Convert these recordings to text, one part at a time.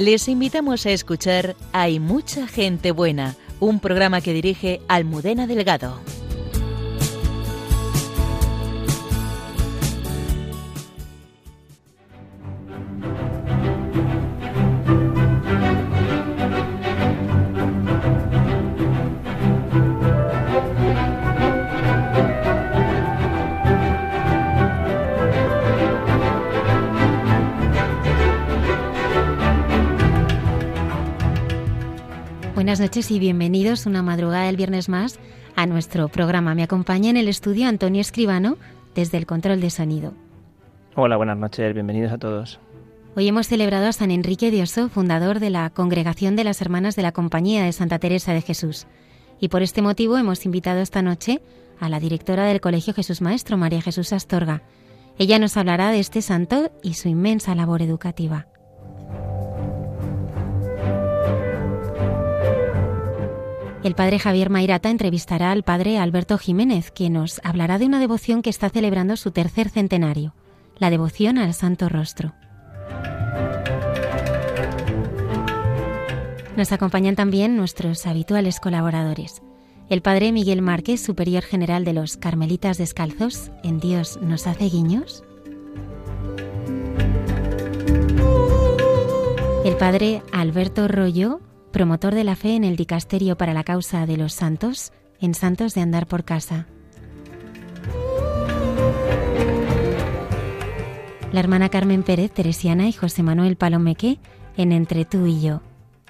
Les invitamos a escuchar Hay mucha gente buena, un programa que dirige Almudena Delgado. Buenas noches y bienvenidos una madrugada del viernes más a nuestro programa. Me acompaña en el estudio Antonio Escribano desde el control de sonido. Hola, buenas noches, bienvenidos a todos. Hoy hemos celebrado a San Enrique de Oso, fundador de la Congregación de las Hermanas de la Compañía de Santa Teresa de Jesús. Y por este motivo hemos invitado esta noche a la directora del Colegio Jesús Maestro, María Jesús Astorga. Ella nos hablará de este santo y su inmensa labor educativa. El padre Javier Mairata entrevistará al padre Alberto Jiménez, quien nos hablará de una devoción que está celebrando su tercer centenario, la devoción al Santo Rostro. Nos acompañan también nuestros habituales colaboradores. El padre Miguel Márquez, superior general de los Carmelitas Descalzos, ¿en Dios nos hace guiños? El padre Alberto Rollo, promotor de la fe en el Dicasterio para la Causa de los Santos, en Santos de Andar por Casa. La hermana Carmen Pérez, teresiana, y José Manuel Palomeque, en Entre tú y yo.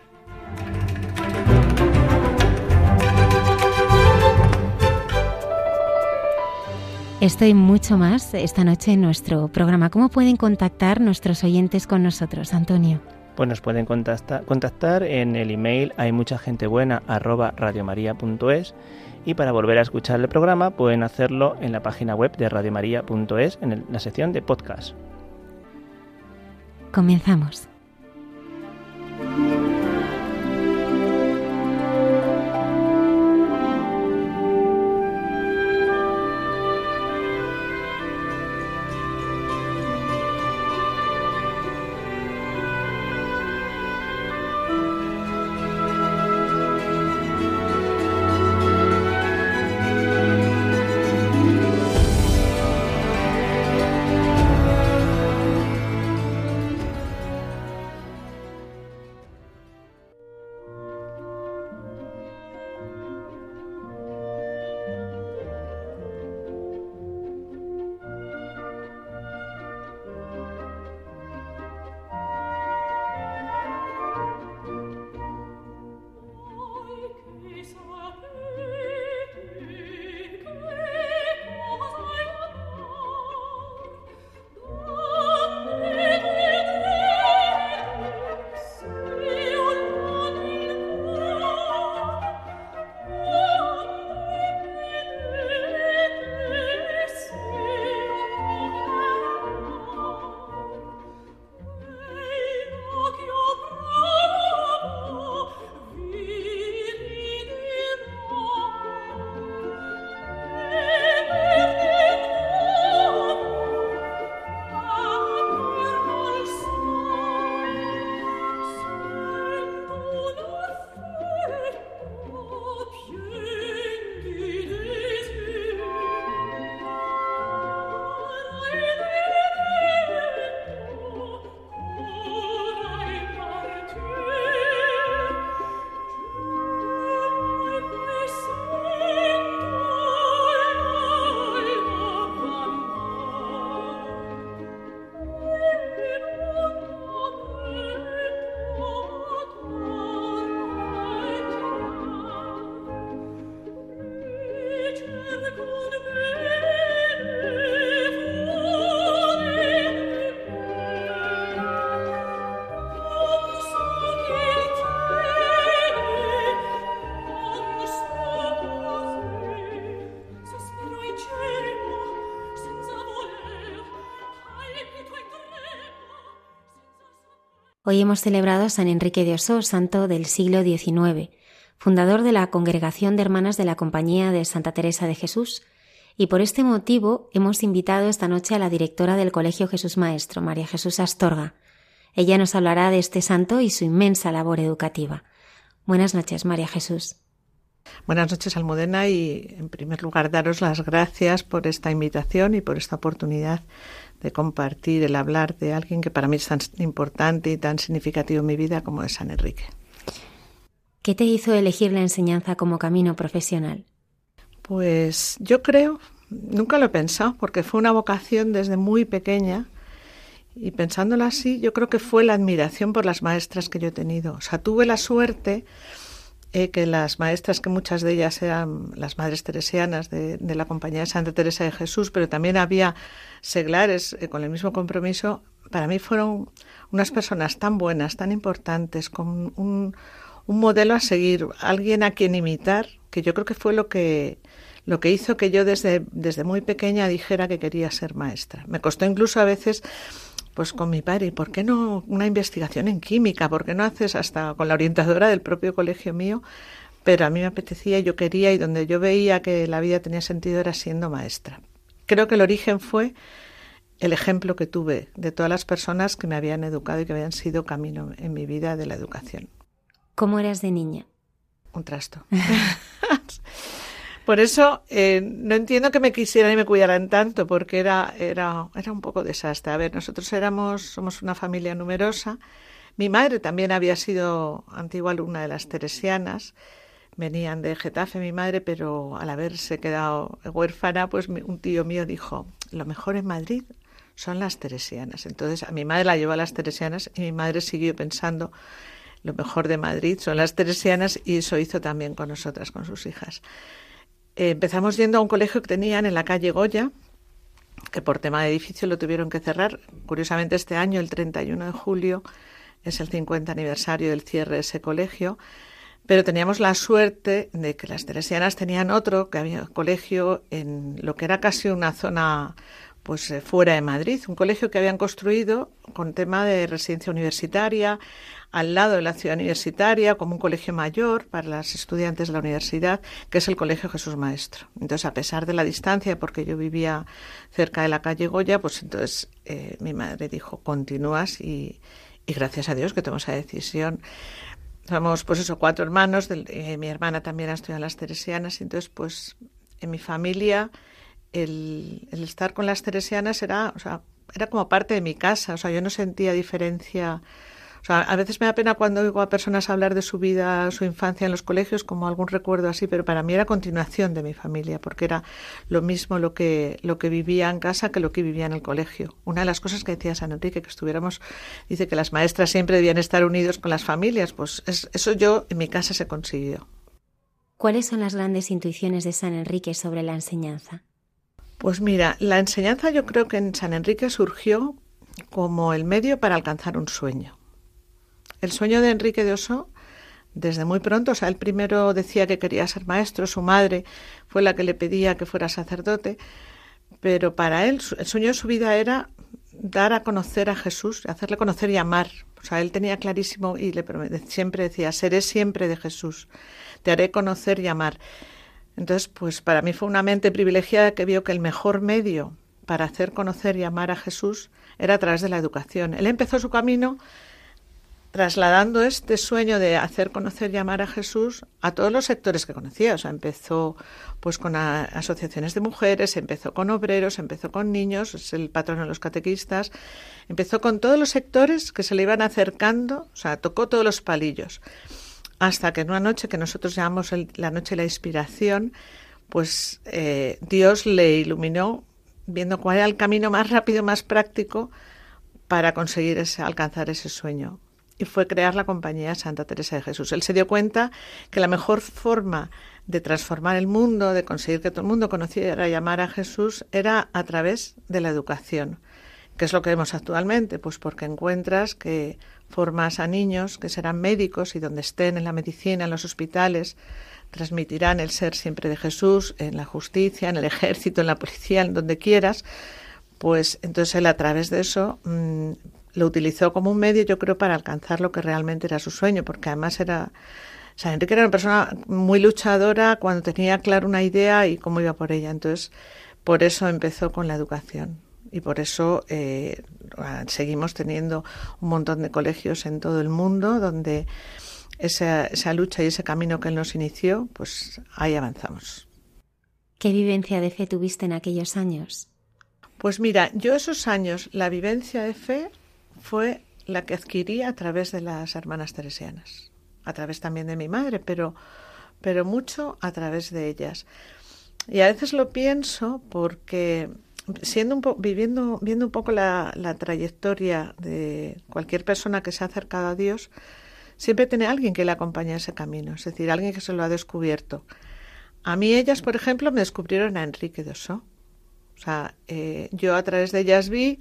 Esto y mucho más esta noche en nuestro programa. ¿Cómo pueden contactar nuestros oyentes con nosotros, Antonio? Pues nos pueden contactar en el email haymuchagentebuena@radiomaria.es, y para volver a escuchar el programa pueden hacerlo en la página web de radiomaria.es en la sección de podcast. Comenzamos. Hoy hemos celebrado a San Enrique de Oso, santo del siglo XIX, fundador de la Congregación de Hermanas de la Compañía de Santa Teresa de Jesús, y por este motivo hemos invitado esta noche a la directora del Colegio Jesús Maestro, María Jesús Astorga. Ella nos hablará de este santo y su inmensa labor educativa. Buenas noches, María Jesús. Buenas noches, Almudena, y en primer lugar daros las gracias por esta invitación y por esta oportunidad de compartir el hablar de alguien que para mí es tan importante y tan significativo en mi vida como es San Enrique. ¿Qué te hizo elegir la enseñanza como camino profesional? Pues yo creo, nunca lo he pensado, porque fue una vocación desde muy pequeña, y pensándolo así, yo creo que fue la admiración por las maestras que yo he tenido. O sea, tuve la suerte que las maestras, que muchas de ellas eran las madres teresianas de la Compañía de Santa Teresa de Jesús, pero también había seglares con el mismo compromiso, para mí fueron unas personas tan buenas, tan importantes, con un modelo a seguir, alguien a quien imitar, que yo creo que fue lo que hizo que yo desde muy pequeña dijera que quería ser maestra. Me costó incluso a veces, pues con mi padre, ¿por qué no una investigación en química? ¿Por qué no haces hasta con la orientadora del propio colegio mío? Pero a mí me apetecía, yo quería, y donde yo veía que la vida tenía sentido era siendo maestra. Creo que el origen fue el ejemplo que tuve de todas las personas que me habían educado y que habían sido camino en mi vida de la educación. ¿Cómo eras de niña? Un trasto. Por eso no entiendo que me quisieran y me cuidaran tanto, porque era un poco desastre. A ver, nosotros somos una familia numerosa. Mi madre también había sido antigua alumna de las teresianas. Venían de Getafe mi madre, pero al haberse quedado huérfana, pues un tío mío dijo, lo mejor en Madrid son las teresianas. Entonces a mi madre la llevó a las teresianas y mi madre siguió pensando, lo mejor de Madrid son las teresianas, y eso hizo también con nosotras, con sus hijas. Empezamos yendo a un colegio que tenían en la calle Goya, que por tema de edificio lo tuvieron que cerrar. Curiosamente este año, el 31 de julio, es el 50 aniversario del cierre de ese colegio, pero teníamos la suerte de que las teresianas tenían otro, que había colegio en lo que era casi una zona pues fuera de Madrid, un colegio que habían construido con tema de residencia universitaria, al lado de la ciudad universitaria, como un colegio mayor para las estudiantes de la universidad, que es el Colegio Jesús Maestro. Entonces, a pesar de la distancia, porque yo vivía cerca de la calle Goya, pues entonces mi madre dijo, continúas, y gracias a Dios que tomó esa decisión. Somos, pues eso, 4 hermanos, mi hermana también ha estudiado en las teresianas, y entonces, pues, en mi familia el estar con las teresianas era como parte de mi casa, o sea, yo no sentía diferencia. O sea, a veces me da pena cuando oigo a personas hablar de su vida, su infancia en los colegios, como algún recuerdo así, pero para mí era continuación de mi familia, porque era lo mismo lo que vivía en casa que lo que vivía en el colegio. Una de las cosas que decía San Enrique, dice que las maestras siempre debían estar unidos con las familias, pues eso yo en mi casa se consiguió. ¿Cuáles son las grandes intuiciones de San Enrique sobre la enseñanza? Pues mira, la enseñanza yo creo que en San Enrique surgió como el medio para alcanzar un sueño. El sueño de Enrique de Ossó, desde muy pronto, o sea, él primero decía que quería ser maestro, su madre fue la que le pedía que fuera sacerdote, pero para él el sueño de su vida era dar a conocer a Jesús, hacerle conocer y amar. O sea, él tenía clarísimo y siempre decía, seré siempre de Jesús, te haré conocer y amar. Entonces, pues para mí fue una mente privilegiada que vio que el mejor medio para hacer conocer y amar a Jesús era a través de la educación. Él empezó su camino trasladando este sueño de hacer conocer y amar a Jesús a todos los sectores que conocía. O sea, empezó pues con asociaciones de mujeres, empezó con obreros, empezó con niños, es el patrono de los catequistas, empezó con todos los sectores que se le iban acercando, o sea, tocó todos los palillos. Hasta que en una noche que nosotros llamamos la noche de la inspiración, pues Dios le iluminó viendo cuál era el camino más rápido, más práctico para conseguir alcanzar ese sueño. Y fue crear la Compañía de Santa Teresa de Jesús. Él se dio cuenta que la mejor forma de transformar el mundo, de conseguir que todo el mundo conociera y amara a Jesús, era a través de la educación. ¿Qué es lo que vemos actualmente? Pues porque encuentras que formas a niños que serán médicos y donde estén en la medicina, en los hospitales, transmitirán el ser siempre de Jesús, en la justicia, en el ejército, en la policía, en donde quieras. Pues entonces él a través de eso lo utilizó como un medio, yo creo, para alcanzar lo que realmente era su sueño, porque además San Enrique era una persona muy luchadora cuando tenía claro una idea y cómo iba por ella. Entonces, por eso empezó con la educación. y por eso seguimos teniendo un montón de colegios en todo el mundo donde esa lucha y ese camino que él nos inició, pues ahí avanzamos. ¿Qué vivencia de fe tuviste en aquellos años? Pues mira, yo esos años, la vivencia de fe fue la que adquirí a través de las hermanas teresianas, a través también de mi madre, pero mucho a través de ellas. Y a veces lo pienso porque viendo un poco la trayectoria de cualquier persona que se ha acercado a Dios, siempre tiene alguien que le acompaña ese camino, es decir, alguien que se lo ha descubierto. A mí ellas, por ejemplo, me descubrieron a Enrique de Ossó. O sea, yo a través de ellas vi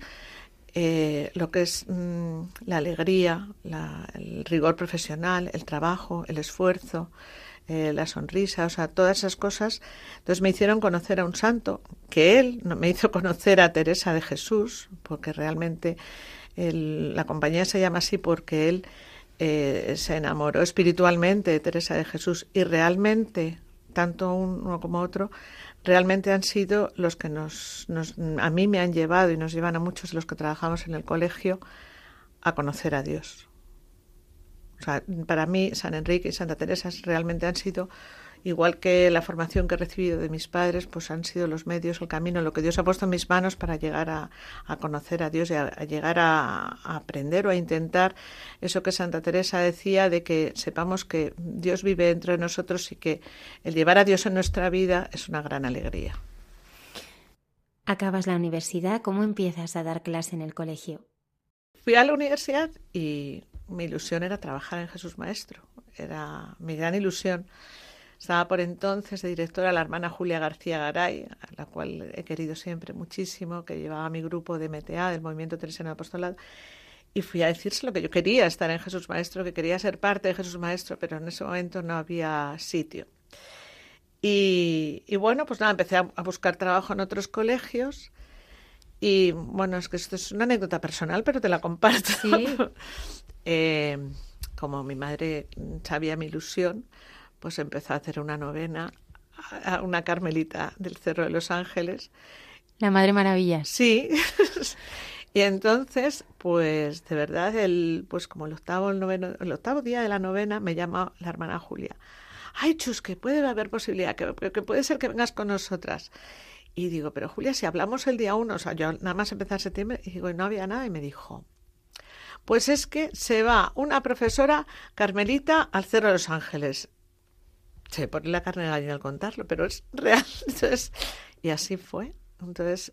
lo que es la alegría, el rigor profesional, el trabajo, el esfuerzo, la sonrisa, o sea, todas esas cosas. Entonces me hicieron conocer a un santo, que él me hizo conocer a Teresa de Jesús, porque realmente la compañía se llama así porque él se enamoró espiritualmente de Teresa de Jesús, y realmente, tanto uno como otro, realmente han sido los que a mí me han llevado y nos llevan a muchos de los que trabajamos en el colegio a conocer a Dios. O sea, para mí San Enrique y Santa Teresa realmente han sido, igual que la formación que he recibido de mis padres, pues han sido los medios, el camino, lo que Dios ha puesto en mis manos para llegar a conocer a Dios y a llegar a aprender o a intentar eso que Santa Teresa decía, de que sepamos que Dios vive dentro de nosotros y que el llevar a Dios en nuestra vida es una gran alegría. Acabas la universidad, ¿cómo empiezas a dar clase en el colegio? Fui a la universidad y mi ilusión era trabajar en Jesús Maestro, era mi gran ilusión. Estaba por entonces de directora la hermana Julia García Garay, a la cual he querido siempre muchísimo, que llevaba mi grupo de MTA, del Movimiento Teresiano de Apostolado, y fui a decírselo, que yo quería estar en Jesús Maestro, que quería ser parte de Jesús Maestro, pero en ese momento no había sitio. Y bueno, pues nada, empecé a buscar trabajo en otros colegios, y bueno, es que esto es una anécdota personal, pero te la comparto. Sí. Como mi madre sabía mi ilusión, pues empezó a hacer una novena a una carmelita del Cerro de los Ángeles. La Madre Maravillas. Sí. Y entonces, pues de verdad, pues como el octavo día de la novena, me llama la hermana Julia. Ay, Chus, que puede haber posibilidad, que puede ser que vengas con nosotras. Y digo, pero Julia, si hablamos el día 1, o sea, yo nada más empezar septiembre, y digo, y no había nada, y me dijo, pues es que se va una profesora carmelita al Cerro de los Ángeles. Se pone la carne de gallina al contarlo, pero es real. Entonces, y así fue. Entonces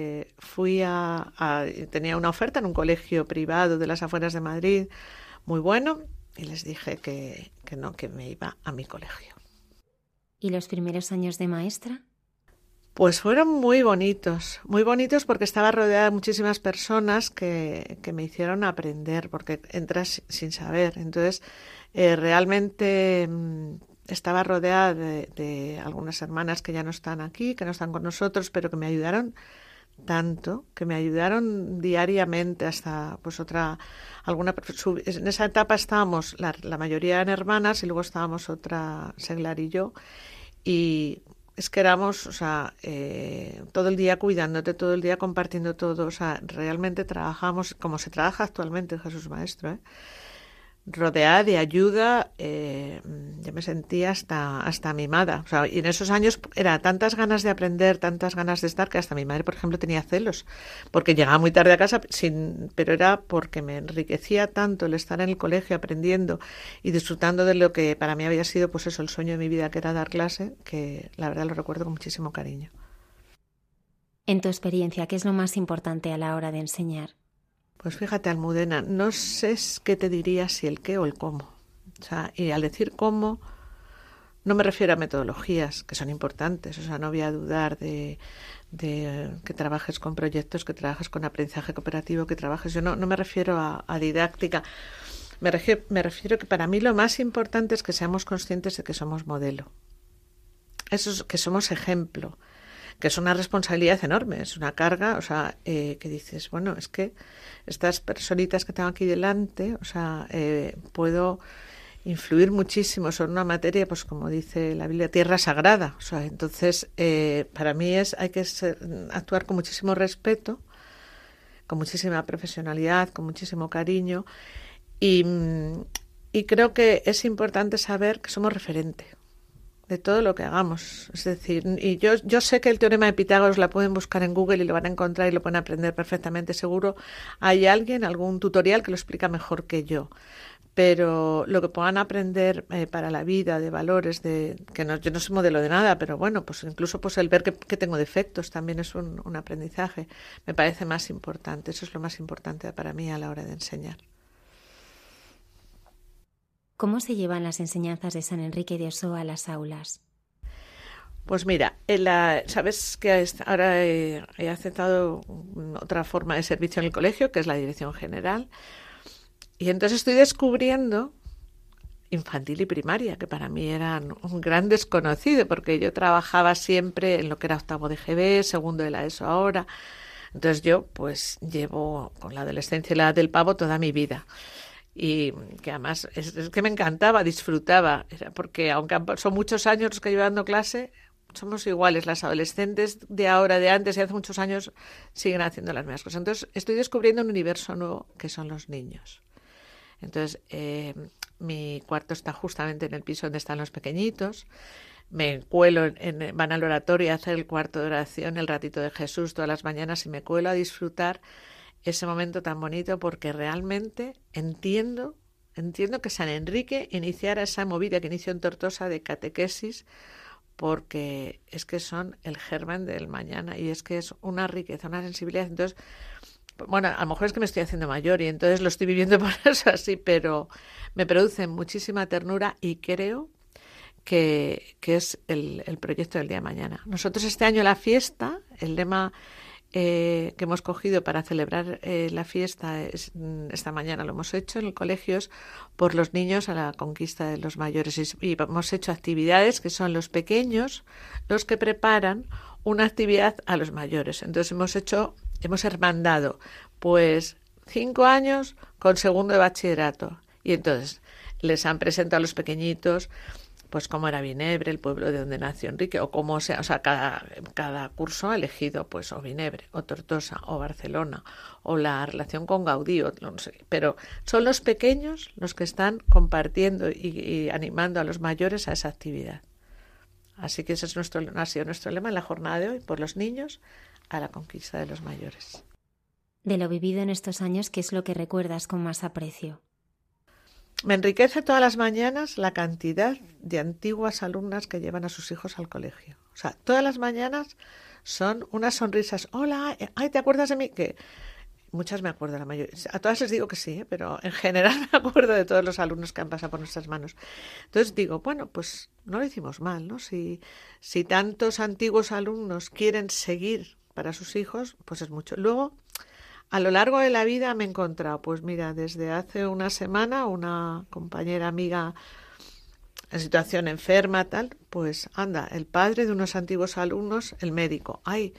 tenía una oferta en un colegio privado de las afueras de Madrid, muy bueno, y les dije que no, que me iba a mi colegio. ¿Y los primeros años de maestra? Pues fueron muy bonitos porque estaba rodeada de muchísimas personas que me hicieron aprender, porque entras sin saber. Entonces, realmente estaba rodeada de algunas hermanas que ya no están aquí, que no están con nosotros, pero que me ayudaron tanto, que me ayudaron diariamente hasta pues en esa etapa estábamos la mayoría eran hermanas y luego estábamos otra seglar y yo, y es que éramos, o sea, todo el día cuidándote, todo el día compartiendo todo, o sea, realmente trabajamos como se trabaja actualmente en Jesús Maestro, rodeada de ayuda, yo me sentía hasta mimada, o sea, y en esos años era tantas ganas de aprender, tantas ganas de estar, que hasta mi madre, por ejemplo, tenía celos, porque llegaba muy tarde a casa, pero era porque me enriquecía tanto el estar en el colegio aprendiendo y disfrutando de lo que para mí había sido, pues eso, el sueño de mi vida, que era dar clase, que la verdad lo recuerdo con muchísimo cariño. En tu experiencia, ¿qué es lo más importante a la hora de enseñar? Pues fíjate, Almudena, no sé qué te diría, si el qué o el cómo. O sea, y al decir cómo, no me refiero a metodologías, que son importantes. O sea, no voy a dudar de que trabajes con proyectos, que trabajes con aprendizaje cooperativo, que trabajes... Yo no me refiero a didáctica. Me refiero que para mí lo más importante es que seamos conscientes de que somos modelo. Eso es, que somos ejemplo. Que es una responsabilidad enorme, es una carga, o sea, que dices, bueno, es que estas personitas que tengo aquí delante, o sea, puedo influir muchísimo sobre una materia, pues como dice la Biblia, tierra sagrada, o sea, entonces para mí hay que actuar con muchísimo respeto con muchísima profesionalidad, con muchísimo cariño, y creo que es importante saber que somos referente de todo lo que hagamos. Es decir, y yo sé que el teorema de Pitágoras la pueden buscar en Google y lo van a encontrar y lo pueden aprender perfectamente. Seguro hay algún tutorial que lo explica mejor que yo. Pero lo que puedan aprender para la vida, de valores, yo no soy modelo de nada, pero bueno, pues incluso pues el ver que tengo defectos también es un aprendizaje. Me parece más importante, eso es lo más importante para mí a la hora de enseñar. ¿Cómo se llevan las enseñanzas de San Enrique de Ossó a las aulas? Pues mira, sabes que ahora he aceptado otra forma de servicio en el colegio, que es la dirección general, y entonces estoy descubriendo infantil y primaria, que para mí eran un gran desconocido, porque yo trabajaba siempre en lo que era octavo de GB, segundo de la ESO ahora. Entonces yo pues llevo con la adolescencia y la edad del pavo toda mi vida. Y que además es que me encantaba, disfrutaba, porque aunque son muchos años los que llevo dando clase, somos iguales, las adolescentes de ahora, de antes y hace muchos años siguen haciendo las mismas cosas. Entonces estoy descubriendo un universo nuevo que son los niños. Entonces mi cuarto está justamente en el piso donde están los pequeñitos. Me cuelo, van al oratorio a hacer el cuarto de oración, el ratito de Jesús todas las mañanas, y me cuelo a disfrutar ese momento tan bonito, porque realmente entiendo que San Enrique iniciara esa movida que inició en Tortosa de catequesis, porque es que son el germen del mañana y es que es una riqueza, una sensibilidad. Entonces, bueno, a lo mejor es que me estoy haciendo mayor y entonces lo estoy viviendo por eso así, pero me produce muchísima ternura y creo que es el proyecto del día de mañana. Nosotros este año la fiesta, el lema que hemos cogido para celebrar la fiesta esta mañana lo hemos hecho en el colegio, es por los niños a la conquista de los mayores, y hemos hecho actividades que son los pequeños los que preparan una actividad a los mayores. Entonces hemos hermandado pues 5 años con segundo de bachillerato, y entonces les han presentado a los pequeñitos pues cómo era Vinebre, el pueblo de donde nació Enrique, o cómo sea, o sea, cada curso ha elegido pues o Vinebre, o Tortosa, o Barcelona, o la relación con Gaudí, o no sé, pero son los pequeños los que están compartiendo y animando a los mayores a esa actividad. Así que ese ha sido nuestro lema en la jornada de hoy, por los niños a la conquista de los mayores. De lo vivido en estos años, ¿qué es lo que recuerdas con más aprecio? Me enriquece todas las mañanas la cantidad de antiguas alumnas que llevan a sus hijos al colegio. O sea, todas las mañanas son unas sonrisas. Hola, ay, ¿te acuerdas de mí? Que muchas me acuerdo, la mayoría. A todas les digo que sí, pero en general me acuerdo de todos los alumnos que han pasado por nuestras manos. Entonces digo, bueno, pues no lo hicimos mal, ¿no? Si tantos antiguos alumnos quieren seguir para sus hijos, pues es mucho. Luego, a lo largo de la vida me he encontrado, pues mira, desde hace una semana, una compañera amiga en situación enferma, tal, pues anda, el padre de unos antiguos alumnos, el médico, ay,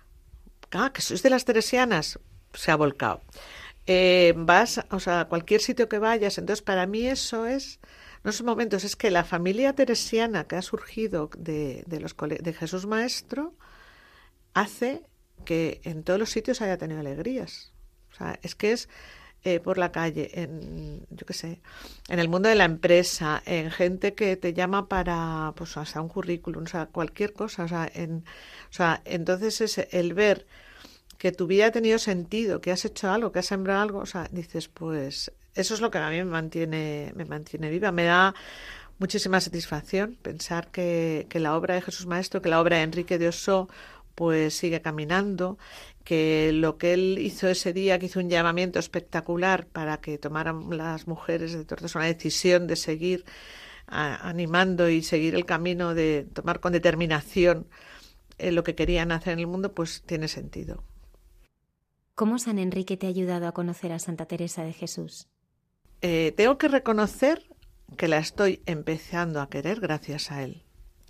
que sois de las teresianas, se ha volcado. Vas, o sea, a cualquier sitio que vayas, entonces para mí eso es, no esos momentos, es que la familia teresiana que ha surgido de Jesús Maestro hace que en todos los sitios haya tenido alegrías. O sea, es que es por la calle, yo qué sé, en el mundo de la empresa, en gente que te llama para, pues, hasta un currículum, o sea, cualquier cosa. O sea, entonces es el ver que tu vida ha tenido sentido, que has hecho algo, que has sembrado algo, o sea, dices, pues eso es lo que a mí me mantiene viva. Me da muchísima satisfacción pensar que la obra de Jesús Maestro, que la obra de Enrique de Ossó, pues sigue caminando, que lo que él hizo ese día, que hizo un llamamiento espectacular para que tomaran las mujeres de Tortosa una decisión de seguir animando y seguir el camino de tomar con determinación lo que querían hacer en el mundo, pues tiene sentido. ¿Cómo San Enrique te ha ayudado a conocer a Santa Teresa de Jesús? Tengo que reconocer que la estoy empezando a querer gracias a él,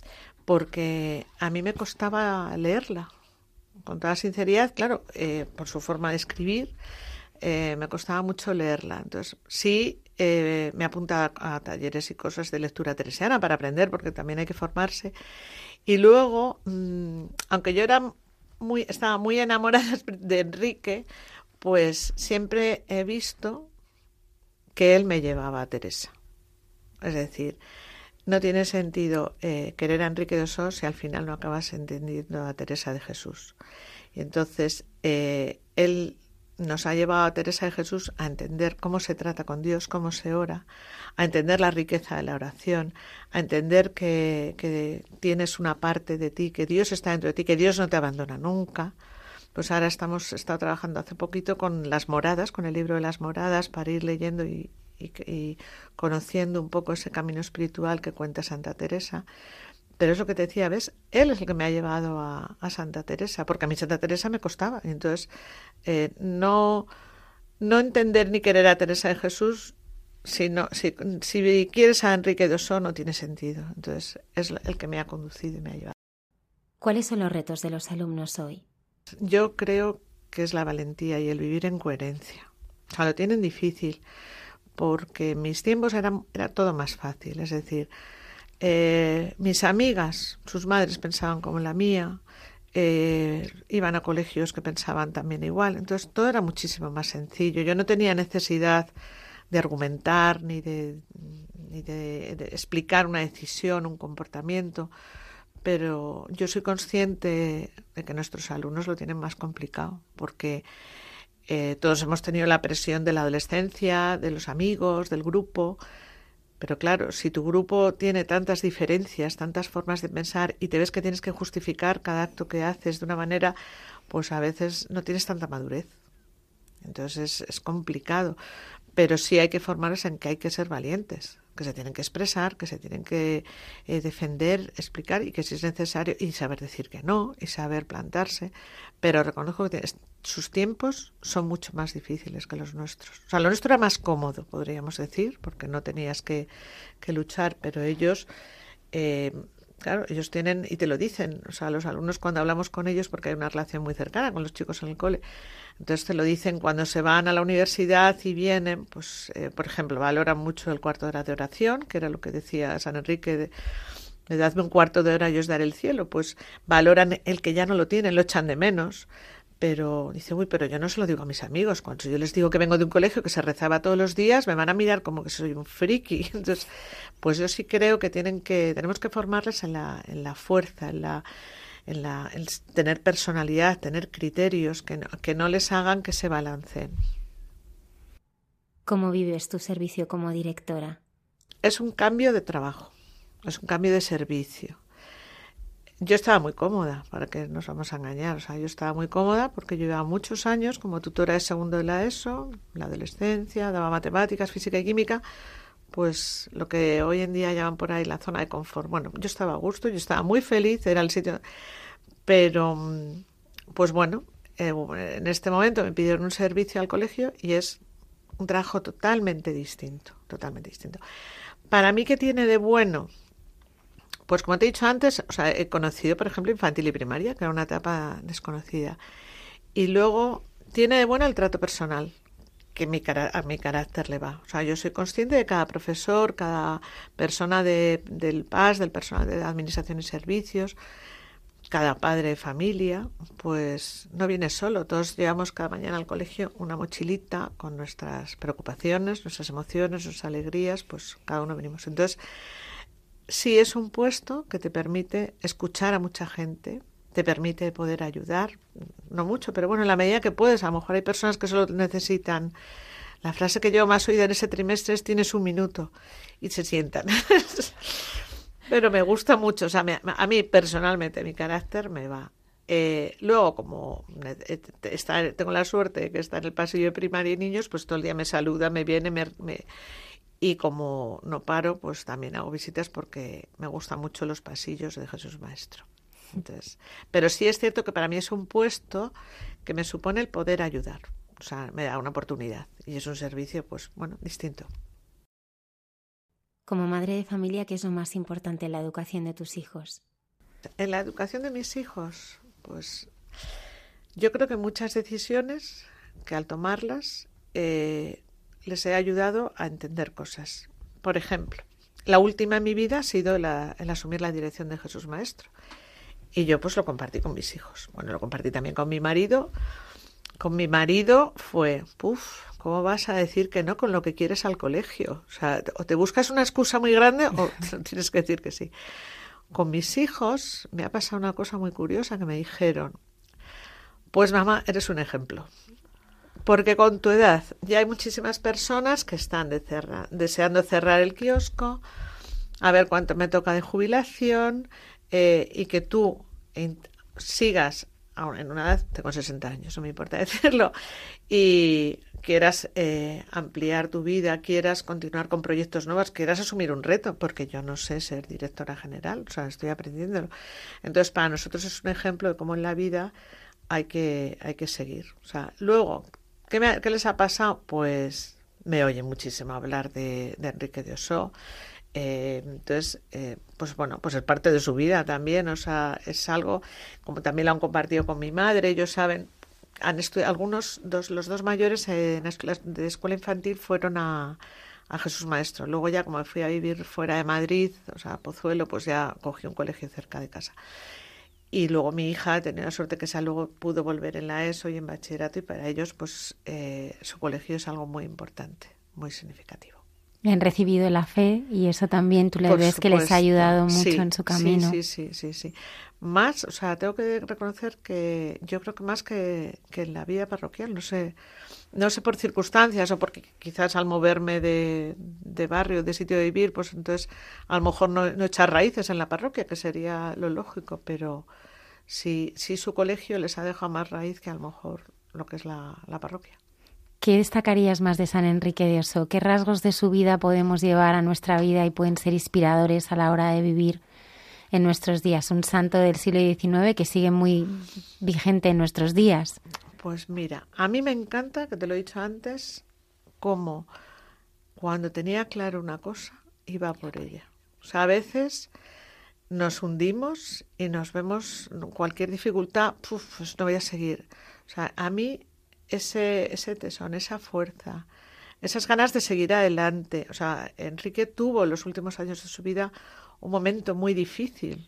porque a mí me costaba leerla, con toda sinceridad, claro, por su forma de escribir, me costaba mucho leerla. Entonces, sí, me apunta a talleres y cosas de lectura teresiana para aprender, porque también hay que formarse. Y luego, aunque yo estaba muy enamorada de Enrique, pues siempre he visto que él me llevaba a Teresa. Es decir, no tiene sentido querer a Enrique de Ossó si al final no acabas entendiendo a Teresa de Jesús. Y entonces él nos ha llevado a Teresa de Jesús a entender cómo se trata con Dios, cómo se ora, a entender la riqueza de la oración, a entender que tienes una parte de ti, que Dios está dentro de ti, que Dios no te abandona nunca. Pues ahora he estado trabajando hace poquito con las moradas, con el libro de las moradas, para ir leyendo y conociendo un poco ese camino espiritual que cuenta Santa Teresa. Pero es lo que te decía, ¿ves? Él es el que me ha llevado a Santa Teresa, porque a mí Santa Teresa me costaba. Y entonces, no entender ni querer a Teresa de Jesús, si quieres a Enrique de Ossó, no tiene sentido. Entonces, es el que me ha conducido y me ha llevado. ¿Cuáles son los retos de los alumnos hoy? Yo creo que es la valentía y el vivir en coherencia. O sea, lo tienen difícil, porque en mis tiempos era todo más fácil. Es decir, mis amigas, sus madres pensaban como la mía, iban a colegios que pensaban también igual. Entonces todo era muchísimo más sencillo. Yo no tenía necesidad de argumentar ni de explicar una decisión, un comportamiento. Pero yo soy consciente de que nuestros alumnos lo tienen más complicado, porque todos hemos tenido la presión de la adolescencia, de los amigos, del grupo. Pero claro, si tu grupo tiene tantas diferencias, tantas formas de pensar y te ves que tienes que justificar cada acto que haces de una manera, pues a veces no tienes tanta madurez. Entonces es complicado. Pero sí hay que formarlos en que hay que ser valientes, que se tienen que expresar, que se tienen que defender, explicar y que si es necesario, y saber decir que no, y saber plantarse. Pero reconozco que sus tiempos son mucho más difíciles que los nuestros. O sea, lo nuestro era más cómodo, podríamos decir, porque no tenías que luchar, pero ellos... Claro, ellos tienen, y te lo dicen, o sea, los alumnos cuando hablamos con ellos, porque hay una relación muy cercana con los chicos en el cole, entonces te lo dicen cuando se van a la universidad y vienen, pues, por ejemplo, valoran mucho el cuarto de hora de oración, que era lo que decía San Enrique, de dadme un cuarto de hora y os daré el cielo, pues valoran el que ya no lo tienen, lo echan de menos. Pero dice, pero yo no se lo digo a mis amigos. Cuando yo les digo que vengo de un colegio que se rezaba todos los días, me van a mirar como que soy un friki. Entonces, pues yo sí creo que tenemos que formarles en la fuerza, en tener personalidad, tener criterios que no les hagan que se balanceen. ¿Cómo vives tu servicio como directora? Es un cambio de trabajo, es un cambio de servicio. Yo estaba muy cómoda, para que nos vamos a engañar. O sea, yo estaba muy cómoda porque yo llevaba muchos años como tutora de segundo de la ESO, la adolescencia, daba matemáticas, física y química, pues lo que hoy en día llaman por ahí la zona de confort. Bueno, yo estaba a gusto, yo estaba muy feliz, era el sitio... Pero, pues bueno, en este momento me pidieron un servicio al colegio y es un trabajo totalmente distinto, totalmente distinto. Para mí, ¿qué tiene de bueno? Pues como te he dicho antes, o sea, he conocido, por ejemplo, infantil y primaria, que era una etapa desconocida. Y luego tiene de bueno el trato personal, que a mi carácter le va. O sea, yo soy consciente de cada profesor, cada persona del PAS, del personal de administración y servicios, cada padre de familia, pues no viene solo. Todos llevamos cada mañana al colegio una mochilita con nuestras preocupaciones, nuestras emociones, nuestras alegrías, pues cada uno venimos. Entonces, sí es un puesto que te permite escuchar a mucha gente, te permite poder ayudar, no mucho, pero bueno, en la medida que puedes. A lo mejor hay personas que solo necesitan... La frase que yo más oído en ese trimestre es tienes un minuto y se sientan. Pero me gusta mucho, o sea, a mí personalmente mi carácter me va. Luego, como tengo la suerte de que está en el pasillo de primaria y niños, pues todo el día me saluda, me viene, y como no paro, pues también hago visitas porque me gustan mucho los pasillos de Jesús Maestro. Entonces, pero sí es cierto que para mí es un puesto que me supone el poder ayudar. O sea, me da una oportunidad y es un servicio, pues bueno, distinto. Como madre de familia, ¿qué es lo más importante en la educación de tus hijos? En la educación de mis hijos, pues yo creo que muchas decisiones que al tomarlas les he ayudado a entender cosas. Por ejemplo, la última en mi vida ha sido el asumir la dirección de Jesús Maestro. Y yo pues lo compartí con mis hijos. Bueno, lo compartí también con mi marido, Con mi marido fue, ¿cómo vas a decir que no con lo que quieres al colegio? O sea, o te buscas una excusa muy grande o tienes que decir que sí. Con mis hijos me ha pasado una cosa muy curiosa que me dijeron, pues mamá, eres un ejemplo. Porque con tu edad ya hay muchísimas personas que están deseando cerrar el kiosco, a ver cuánto me toca de jubilación, y que tú sigas aún en una edad, tengo 60 años, no me importa decirlo, y quieras ampliar tu vida, quieras continuar con proyectos nuevos, quieras asumir un reto, porque yo no sé ser directora general, o sea, estoy aprendiéndolo. Entonces, para nosotros es un ejemplo de cómo en la vida hay que seguir. O sea, luego, ¿qué les ha pasado? Pues me oye muchísimo hablar de Enrique de Ossó. Entonces, pues bueno, pues es parte de su vida también, o sea, es algo, como también lo han compartido con mi madre, ellos saben, han estudiado, los dos mayores en de escuela infantil fueron a Jesús Maestro, luego ya como fui a vivir fuera de Madrid, o sea, Pozuelo, pues ya cogí un colegio cerca de casa. Y luego mi hija tenía la suerte que luego pudo volver en la ESO y en bachillerato, y para ellos pues su colegio es algo muy importante, muy significativo. Han recibido la fe y eso también tú le Por ves supuesto. Que les ha ayudado mucho Sí, en su camino. Sí. Más, o sea, tengo que reconocer que yo creo que más que en la vida parroquial, no sé por circunstancias o porque quizás al moverme de barrio, de sitio de vivir, pues entonces a lo mejor no echar raíces en la parroquia, que sería lo lógico, pero sí su colegio les ha dejado más raíz que a lo mejor lo que es la parroquia. ¿Qué destacarías más de San Enrique de Ossó? ¿Qué rasgos de su vida podemos llevar a nuestra vida y pueden ser inspiradores a la hora de vivir en nuestros días? Un santo del siglo XIX que sigue muy vigente en nuestros días. Pues mira, a mí me encanta, que te lo he dicho antes, cómo cuando tenía claro una cosa, iba por ella. O sea, a veces nos hundimos y nos vemos cualquier dificultad, pues no voy a seguir. O sea, a mí ese tesón, esa fuerza, esas ganas de seguir adelante. O sea, Enrique tuvo en los últimos años de su vida un momento muy difícil,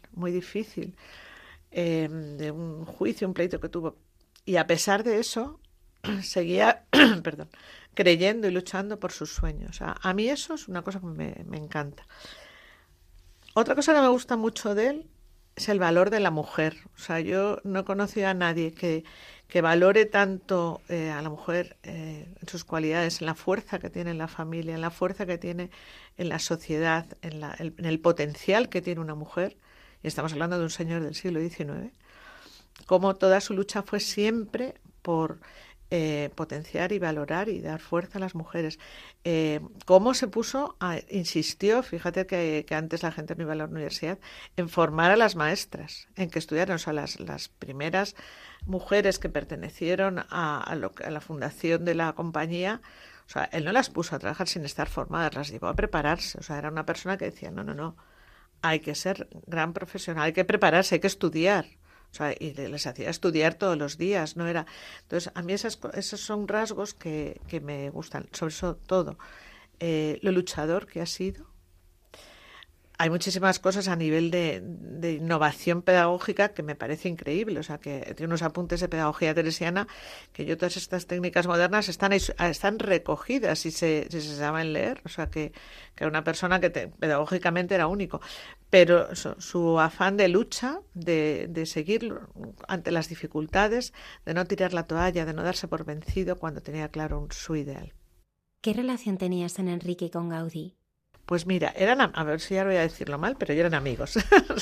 de un juicio, un pleito que tuvo. Y a pesar de eso, seguía creyendo y luchando por sus sueños. O sea, a mí eso es una cosa que me encanta. Otra cosa que me gusta mucho de él es el valor de la mujer. O sea, yo no he conocido a nadie que valore tanto a la mujer en sus cualidades, en la fuerza que tiene en la familia, en la fuerza que tiene en la sociedad, en el potencial que tiene una mujer. Y estamos hablando de un señor del siglo XIX. Como toda su lucha fue siempre por potenciar y valorar y dar fuerza a las mujeres. Cómo se insistió, fíjate que antes la gente no iba a la universidad, en formar a las maestras, en que estudiaran, o sea, las primeras mujeres que pertenecieron a la fundación de la compañía. O sea, él no las puso a trabajar sin estar formadas, las llevó a prepararse. O sea, era una persona que decía, no, hay que ser gran profesional, hay que prepararse, hay que estudiar. O sea, y les hacía estudiar todos los días, no era. Entonces, a mí esos son rasgos que me gustan, sobre todo lo luchador que ha sido. Hay muchísimas cosas a nivel de innovación pedagógica que me parece increíble. O sea, que tiene unos apuntes de pedagogía teresiana que todas estas técnicas modernas están recogidas y se saben leer. O sea, que era una persona que pedagógicamente era único. Pero su afán de lucha, de seguir ante las dificultades, de no tirar la toalla, de no darse por vencido cuando tenía claro su ideal. ¿Qué relación tenía San Enrique con Gaudí? Pues mira, a ver si ya voy a decirlo mal, pero eran amigos.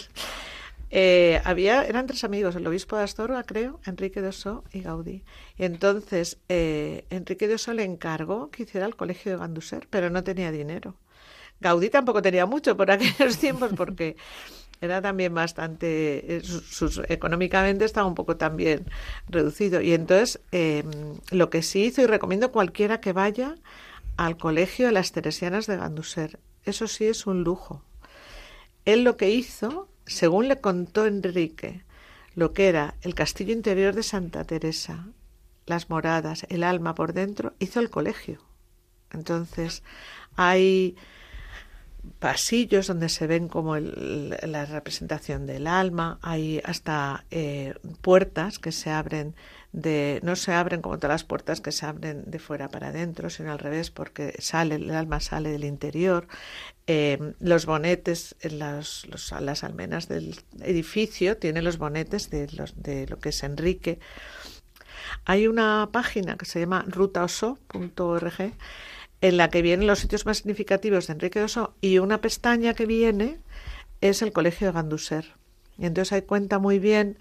Eran tres amigos, el obispo de Astorga, creo, Enrique de Ossó y Gaudí. Y entonces Enrique de Ossó le encargó que hiciera el colegio de Ganduser, pero no tenía dinero. Gaudí tampoco tenía mucho por aquellos tiempos porque era también bastante, económicamente estaba un poco también reducido. Y entonces lo que sí hizo, y recomiendo a cualquiera que vaya al colegio de las Teresianas de Ganduser, eso sí es un lujo. Él lo que hizo, según le contó Enrique, lo que era el castillo interior de Santa Teresa, las moradas, el alma por dentro, hizo el colegio. Entonces hay pasillos donde se ven como la representación del alma. Hay hasta puertas que se abren no se abren como todas las puertas que se abren de fuera para adentro, sino al revés, porque el alma sale del interior. Los bonetes, las almenas del edificio tienen los bonetes de lo que es Enrique. Hay una página que se llama rutaoso.org en la que vienen los sitios más significativos de Enrique de Oso, y una pestaña que viene es el Colegio de Gandúser. Y entonces ahí cuenta muy bien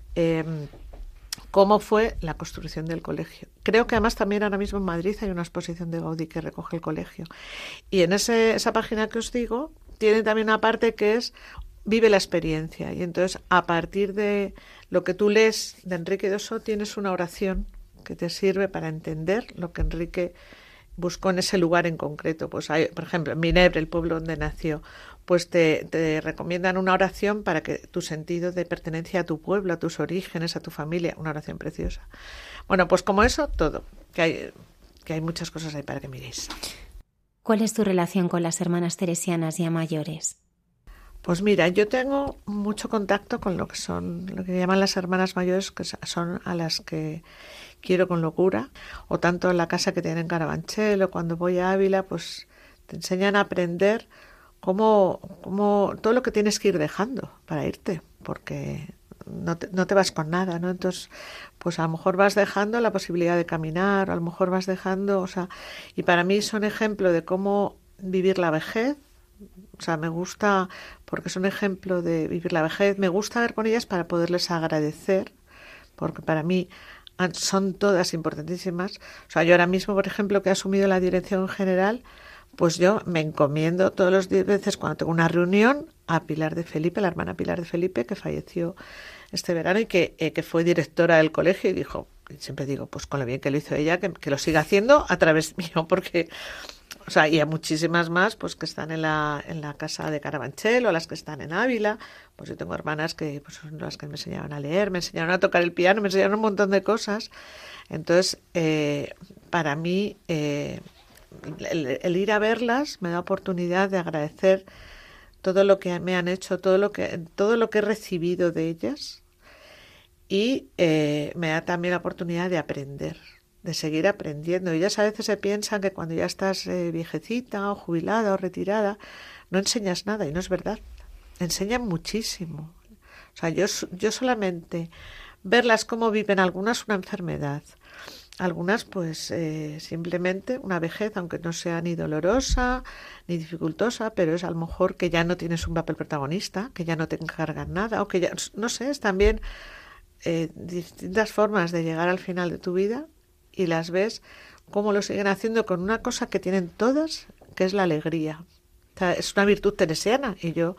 cómo fue la construcción del colegio. Creo que además también ahora mismo en Madrid hay una exposición de Gaudí que recoge el colegio. Y en esa página que os digo, tiene también una parte que es vive la experiencia. Y entonces, a partir de lo que tú lees de Enrique de Oso, tienes una oración que te sirve para entender lo que Enrique buscó en ese lugar en concreto. Pues hay, por ejemplo, en Minebre, el pueblo donde nació, pues te recomiendan una oración para que tu sentido de pertenencia a tu pueblo, a tus orígenes, a tu familia, una oración preciosa. Bueno, pues como eso, todo, que hay muchas cosas ahí para que miréis. ¿Cuál es tu relación con las hermanas teresianas ya mayores? Pues mira, yo tengo mucho contacto con lo que llaman las hermanas mayores, que son a las que quiero con locura, o tanto en la casa que tienen en Carabanchel, o cuando voy a Ávila, pues te enseñan a aprender cómo todo lo que tienes que ir dejando para irte, porque no te vas con nada, ¿no? Entonces, pues a lo mejor vas dejando la posibilidad de caminar, o a lo mejor vas dejando, y para mí son ejemplo de cómo vivir la vejez. O sea, me gusta porque es un ejemplo de vivir la vejez. Me gusta ver con ellas para poderles agradecer, porque para mí son todas importantísimas. O sea, yo ahora mismo, por ejemplo, que he asumido la dirección general, pues yo me encomiendo todos los 10 veces cuando tengo una reunión a Pilar de Felipe, la hermana Pilar de Felipe, que falleció este verano y que fue directora del colegio, y dijo, siempre digo, pues con lo bien que lo hizo ella, que lo siga haciendo a través mío, porque... O sea, y a muchísimas más, pues que están en la casa de Carabanchel, o las que están en Ávila. Pues yo tengo hermanas que pues son las que me enseñaron a leer, me enseñaron a tocar el piano, me enseñaron un montón de cosas. Entonces, para mí, el ir a verlas me da oportunidad de agradecer todo lo que me han hecho, todo lo que he recibido de ellas, y me da también la oportunidad de aprender, de seguir aprendiendo. Ellas a veces se piensan que cuando ya estás viejecita o jubilada o retirada no enseñas nada, y no es verdad. Enseñan muchísimo. O sea, yo solamente verlas cómo viven, algunas una enfermedad, algunas pues simplemente una vejez, aunque no sea ni dolorosa ni dificultosa, pero es a lo mejor que ya no tienes un papel protagonista, que ya no te encargan nada, o que ya, no sé, es también distintas formas de llegar al final de tu vida, y las ves cómo lo siguen haciendo con una cosa que tienen todas, que es la alegría. O sea, es una virtud teresiana, y yo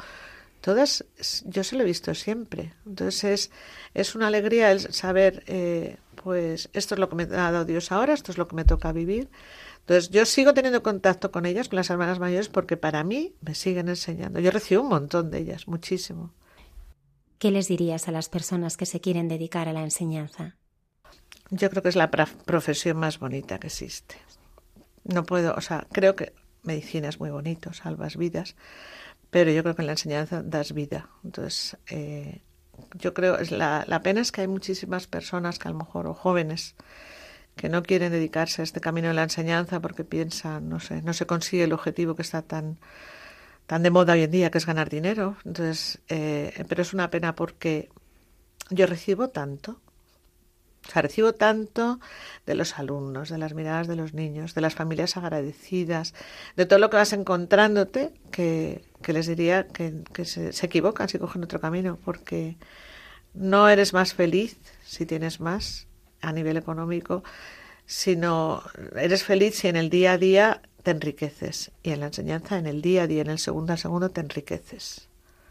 se lo he visto siempre. Entonces es una alegría el saber, pues esto es lo que me ha dado Dios ahora, esto es lo que me toca vivir. Entonces yo sigo teniendo contacto con ellas, con las hermanas mayores, porque para mí me siguen enseñando. Yo recibo un montón de ellas, muchísimo. ¿Qué les dirías a las personas que se quieren dedicar a la enseñanza? Yo creo que es la profesión más bonita que existe. No puedo, creo que medicina es muy bonito, salvas vidas, pero yo creo que en la enseñanza das vida. Entonces, yo creo, la pena es que hay muchísimas personas que a lo mejor, o jóvenes, que no quieren dedicarse a este camino de la enseñanza porque piensan, no se consigue el objetivo que está tan de moda hoy en día, que es ganar dinero. Entonces, pero es una pena porque yo recibo tanto. O sea, recibo tanto de los alumnos, de las miradas de los niños, de las familias agradecidas, de todo lo que vas encontrándote, que les diría que se equivocan si cogen otro camino, porque no eres más feliz si tienes más a nivel económico, sino eres feliz si en el día a día te enriqueces, y en la enseñanza en el día a día, en el segundo a segundo te enriqueces.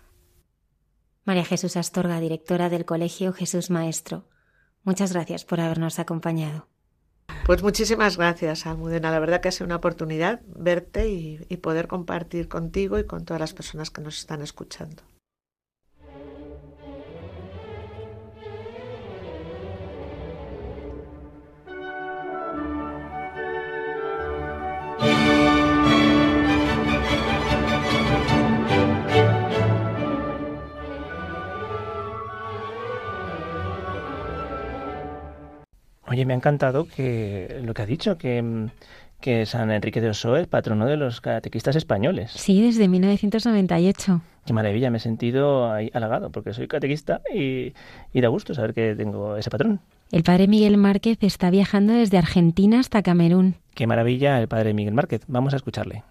María Jesús Astorga, directora del Colegio Jesús Maestro. Muchas gracias por habernos acompañado. Pues muchísimas gracias, Almudena. La verdad que ha sido una oportunidad verte y poder compartir contigo y con todas las personas que nos están escuchando. Oye, me ha encantado lo que ha dicho, que San Enrique de Ossó es patrono de los catequistas españoles. Sí, desde 1998. Qué maravilla, me he sentido ahí halagado, porque soy catequista y da gusto saber que tengo ese patrón. El padre Miguel Márquez está viajando desde Argentina hasta Camerún. Qué maravilla el padre Miguel Márquez. Vamos a escucharle.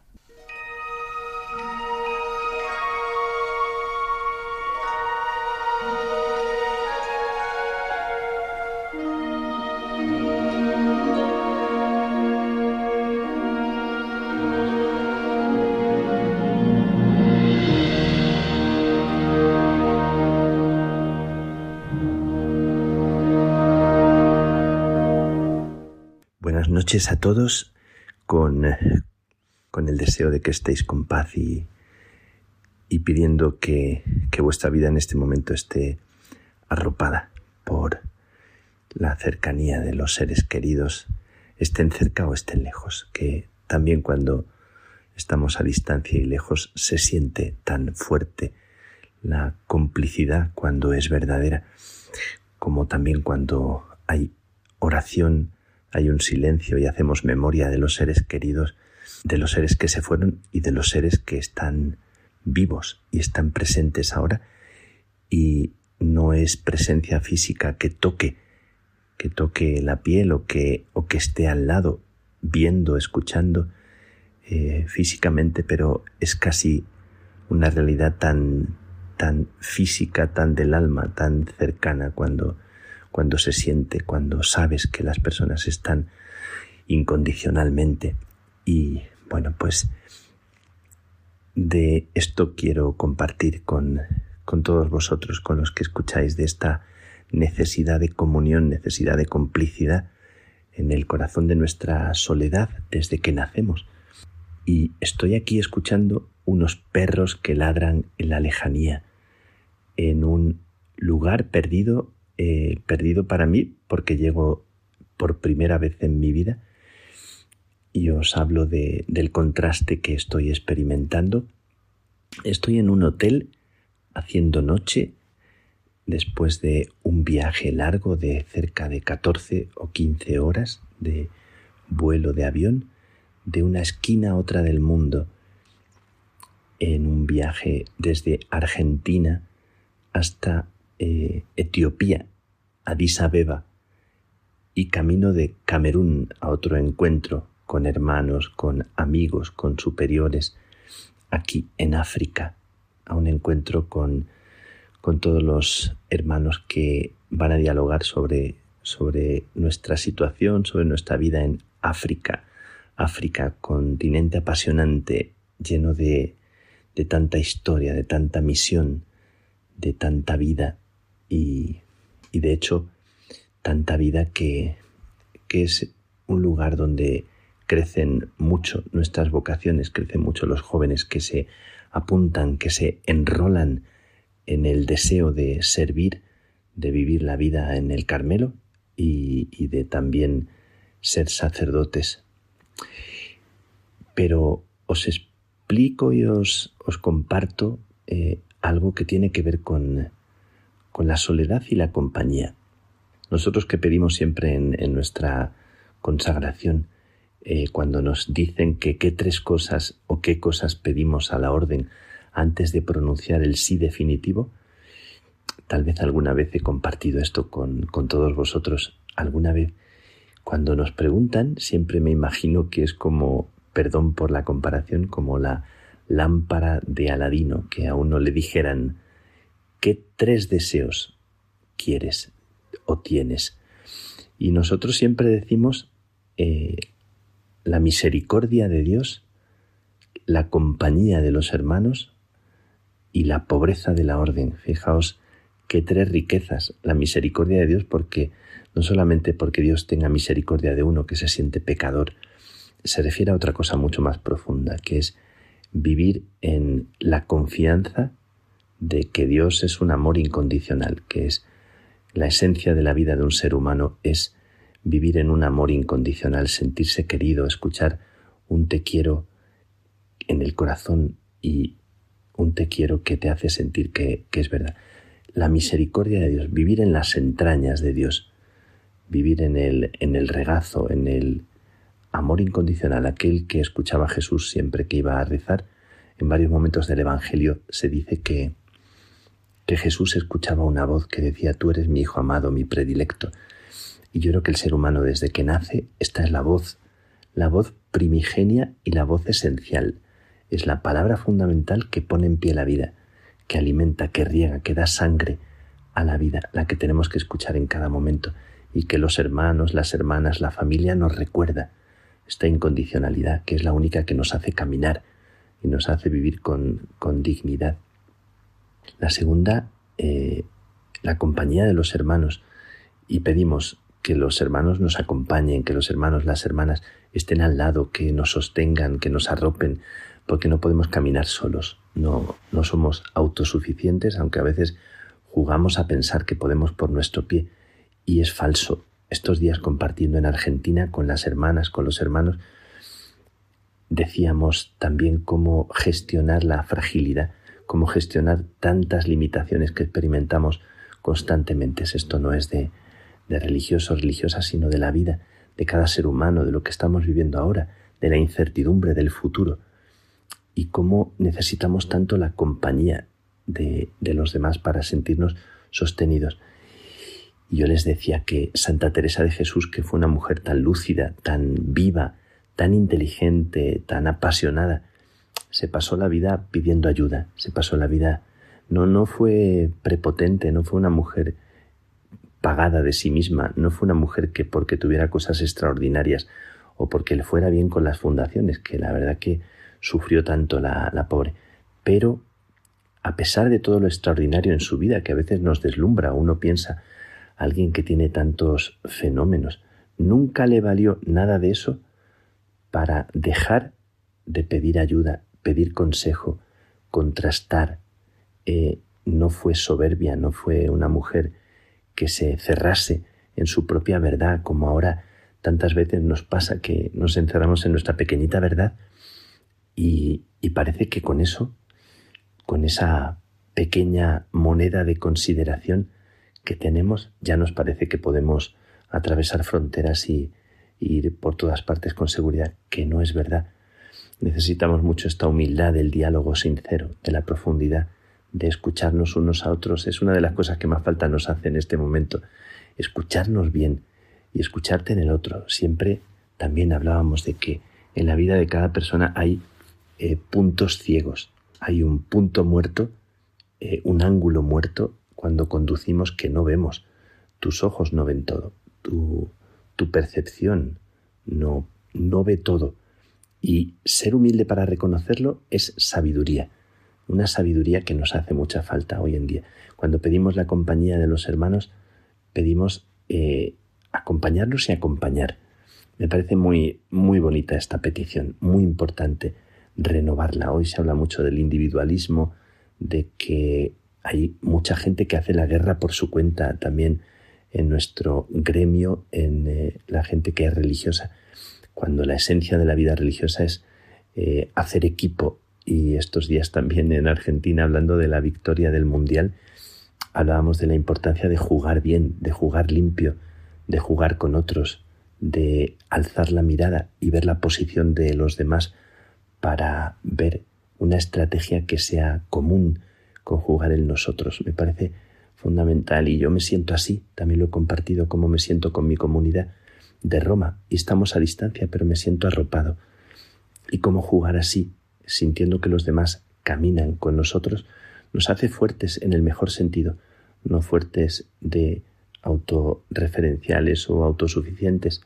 Buenas noches a todos, con el deseo de que estéis con paz y pidiendo que vuestra vida en este momento esté arropada por la cercanía de los seres queridos, estén cerca o estén lejos, que también cuando estamos a distancia y lejos se siente tan fuerte la complicidad cuando es verdadera, como también cuando hay oración, hay un silencio y hacemos memoria de los seres queridos, de los seres que se fueron y de los seres que están vivos y están presentes ahora, y no es presencia física que toque la piel o que esté al lado, viendo, escuchando físicamente, pero es casi una realidad tan física, tan del alma, tan cercana cuando se siente, cuando sabes que las personas están incondicionalmente. Y bueno, pues de esto quiero compartir con todos vosotros, con los que escucháis, de esta necesidad de comunión, necesidad de complicidad en el corazón de nuestra soledad desde que nacemos. Y estoy aquí escuchando unos perros que ladran en la lejanía, en un lugar perdido para mí, porque llego por primera vez en mi vida, y os hablo del contraste que estoy experimentando. Estoy en un hotel haciendo noche después de un viaje largo de cerca de 14 o 15 horas de vuelo de avión de una esquina a otra del mundo, en un viaje desde Argentina hasta Etiopía, Addis Abeba, y camino de Camerún a otro encuentro con hermanos, con amigos, con superiores, aquí en África, a un encuentro con todos los hermanos que van a dialogar sobre nuestra situación, sobre nuestra vida en África. África, continente apasionante, lleno de tanta historia, de tanta misión, de tanta vida y de hecho tanta vida que es un lugar donde crecen mucho nuestras vocaciones, crecen mucho los jóvenes que se apuntan, que se enrolan en el deseo de servir, de vivir la vida en el Carmelo y de también ser sacerdotes. Pero os explico y os comparto algo que tiene que ver con la soledad y la compañía. Nosotros que pedimos siempre en nuestra consagración, cuando nos dicen que qué 3 cosas o qué cosas pedimos a la orden antes de pronunciar el sí definitivo, tal vez alguna vez he compartido esto con todos vosotros. Alguna vez cuando nos preguntan, siempre me imagino que es como, perdón por la comparación, como la lámpara de Aladino, que a uno le dijeran: ¿qué 3 deseos quieres o tienes? Y nosotros siempre decimos la misericordia de Dios, la compañía de los hermanos y la pobreza de la orden. Fijaos qué 3 riquezas. La misericordia de Dios, porque no solamente porque Dios tenga misericordia de uno que se siente pecador, se refiere a otra cosa mucho más profunda, que es vivir en la confianza de que Dios es un amor incondicional, que es la esencia de la vida de un ser humano, es vivir en un amor incondicional, sentirse querido, escuchar un te quiero en el corazón y un te quiero que te hace sentir que es verdad. La misericordia de Dios, vivir en las entrañas de Dios, vivir en el regazo, en el amor incondicional, aquel que escuchaba a Jesús siempre que iba a rezar. En varios momentos del Evangelio se dice que Jesús escuchaba una voz que decía: tú eres mi hijo amado, mi predilecto. Y yo creo que el ser humano, desde que nace, esta es la voz primigenia y la voz esencial. Es la palabra fundamental que pone en pie la vida, que alimenta, que riega, que da sangre a la vida, la que tenemos que escuchar en cada momento, y que los hermanos, las hermanas, la familia nos recuerda esta incondicionalidad, que es la única que nos hace caminar y nos hace vivir con dignidad. La segunda, la compañía de los hermanos, y pedimos que los hermanos nos acompañen, que los hermanos, las hermanas estén al lado, que nos sostengan, que nos arropen, porque no podemos caminar solos, no somos autosuficientes, aunque a veces jugamos a pensar que podemos por nuestro pie, y es falso. Estos días, compartiendo en Argentina con las hermanas, con los hermanos, decíamos también cómo gestionar la fragilidad, cómo gestionar tantas limitaciones que experimentamos constantemente. Esto no es de religiosos, religiosas, sino de la vida, de cada ser humano, de lo que estamos viviendo ahora, de la incertidumbre del futuro, y cómo necesitamos tanto la compañía de los demás para sentirnos sostenidos. Y yo les decía que Santa Teresa de Jesús, que fue una mujer tan lúcida, tan viva, tan inteligente, tan apasionada, se pasó la vida pidiendo ayuda, se pasó la vida, no fue prepotente, no fue una mujer pagada de sí misma, no fue una mujer que porque tuviera cosas extraordinarias o porque le fuera bien con las fundaciones, que la verdad que sufrió tanto la pobre. Pero a pesar de todo lo extraordinario en su vida, que a veces nos deslumbra, uno piensa, alguien que tiene tantos fenómenos, nunca le valió nada de eso para dejar de pedir ayuda, pedir consejo, contrastar. No fue soberbia, no fue una mujer que se cerrase en su propia verdad, como ahora tantas veces nos pasa, que nos encerramos en nuestra pequeñita verdad y parece que con eso, con esa pequeña moneda de consideración que tenemos, ya nos parece que podemos atravesar fronteras y ir por todas partes con seguridad, que no es verdad. Necesitamos mucho esta humildad del diálogo sincero, de la profundidad, de escucharnos unos a otros. Es una de las cosas que más falta nos hace en este momento, escucharnos bien y escucharte en el otro. Siempre también hablábamos de que en la vida de cada persona hay puntos ciegos, hay un punto muerto, un ángulo muerto cuando conducimos que no vemos. Tus ojos no ven todo, tu percepción no ve todo. Y ser humilde para reconocerlo es sabiduría, una sabiduría que nos hace mucha falta hoy en día. Cuando pedimos la compañía de los hermanos, pedimos acompañarlos y acompañar. Me parece muy, muy bonita esta petición, muy importante renovarla. Hoy se habla mucho del individualismo, de que hay mucha gente que hace la guerra por su cuenta también en nuestro gremio, en la gente que es religiosa, cuando la esencia de la vida religiosa es hacer equipo. Y estos días también en Argentina, hablando de la victoria del Mundial, hablábamos de la importancia de jugar bien, de jugar limpio, de jugar con otros, de alzar la mirada y ver la posición de los demás para ver una estrategia que sea común, conjugar el nosotros. Me parece fundamental y yo me siento así, también lo he compartido, cómo me siento con mi comunidad de Roma, y estamos a distancia, pero me siento arropado. Y cómo jugar así, sintiendo que los demás caminan con nosotros, nos hace fuertes en el mejor sentido, no fuertes de autorreferenciales o autosuficientes.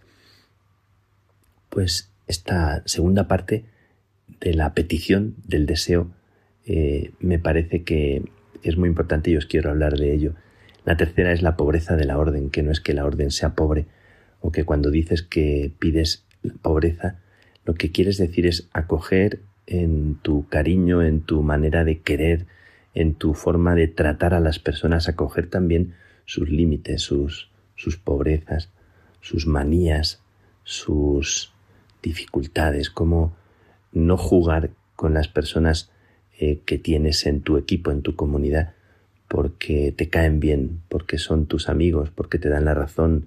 Pues esta segunda parte de la petición, del deseo, me parece que es muy importante y os quiero hablar de ello. La tercera es la pobreza de la orden, que no es que la orden sea pobre, o que cuando dices que pides pobreza, lo que quieres decir es acoger en tu cariño, en tu manera de querer, en tu forma de tratar a las personas, acoger también sus límites, sus pobrezas, sus manías, sus dificultades, como no jugar con las personas que tienes en tu equipo, en tu comunidad, porque te caen bien, porque son tus amigos, porque te dan la razón,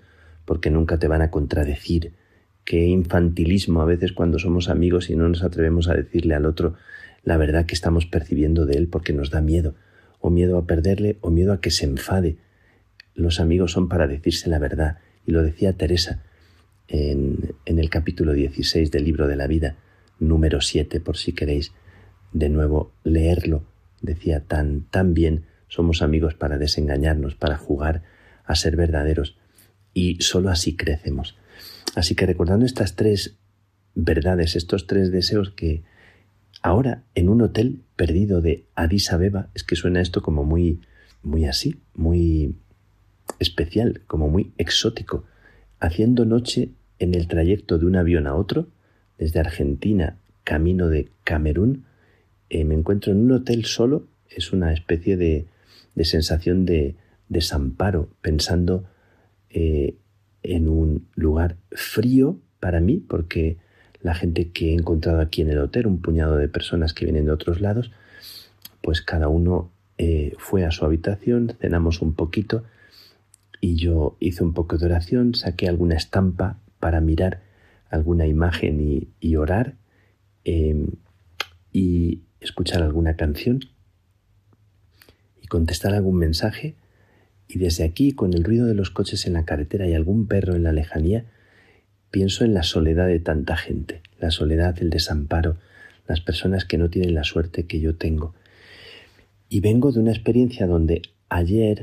porque nunca te van a contradecir. Qué infantilismo a veces cuando somos amigos y no nos atrevemos a decirle al otro la verdad que estamos percibiendo de él porque nos da miedo, o miedo a perderle, o miedo a que se enfade. Los amigos son para decirse la verdad, y lo decía Teresa en el capítulo 16 del Libro de la Vida, número 7, por si queréis de nuevo leerlo. Decía tan bien, somos amigos para desengañarnos, para jugar a ser verdaderos, y sólo así crecemos. Así que recordando estas 3 verdades, estos 3 deseos que ahora en un hotel perdido de Addis Abeba, es que suena esto como muy así, muy especial, como muy exótico, haciendo noche en el trayecto de un avión a otro, desde Argentina, camino de Camerún, me encuentro en un hotel solo. Es una especie de sensación de desamparo, pensando en un lugar frío para mí, porque la gente que he encontrado aquí en el hotel, un puñado de personas que vienen de otros lados, pues cada uno fue a su habitación, cenamos un poquito y yo hice un poco de oración, saqué alguna estampa para mirar alguna imagen y orar y escuchar alguna canción y contestar algún mensaje. Y desde aquí, con el ruido de los coches en la carretera y algún perro en la lejanía, pienso en la soledad de tanta gente, la soledad, el desamparo, las personas que no tienen la suerte que yo tengo. Y vengo de una experiencia donde ayer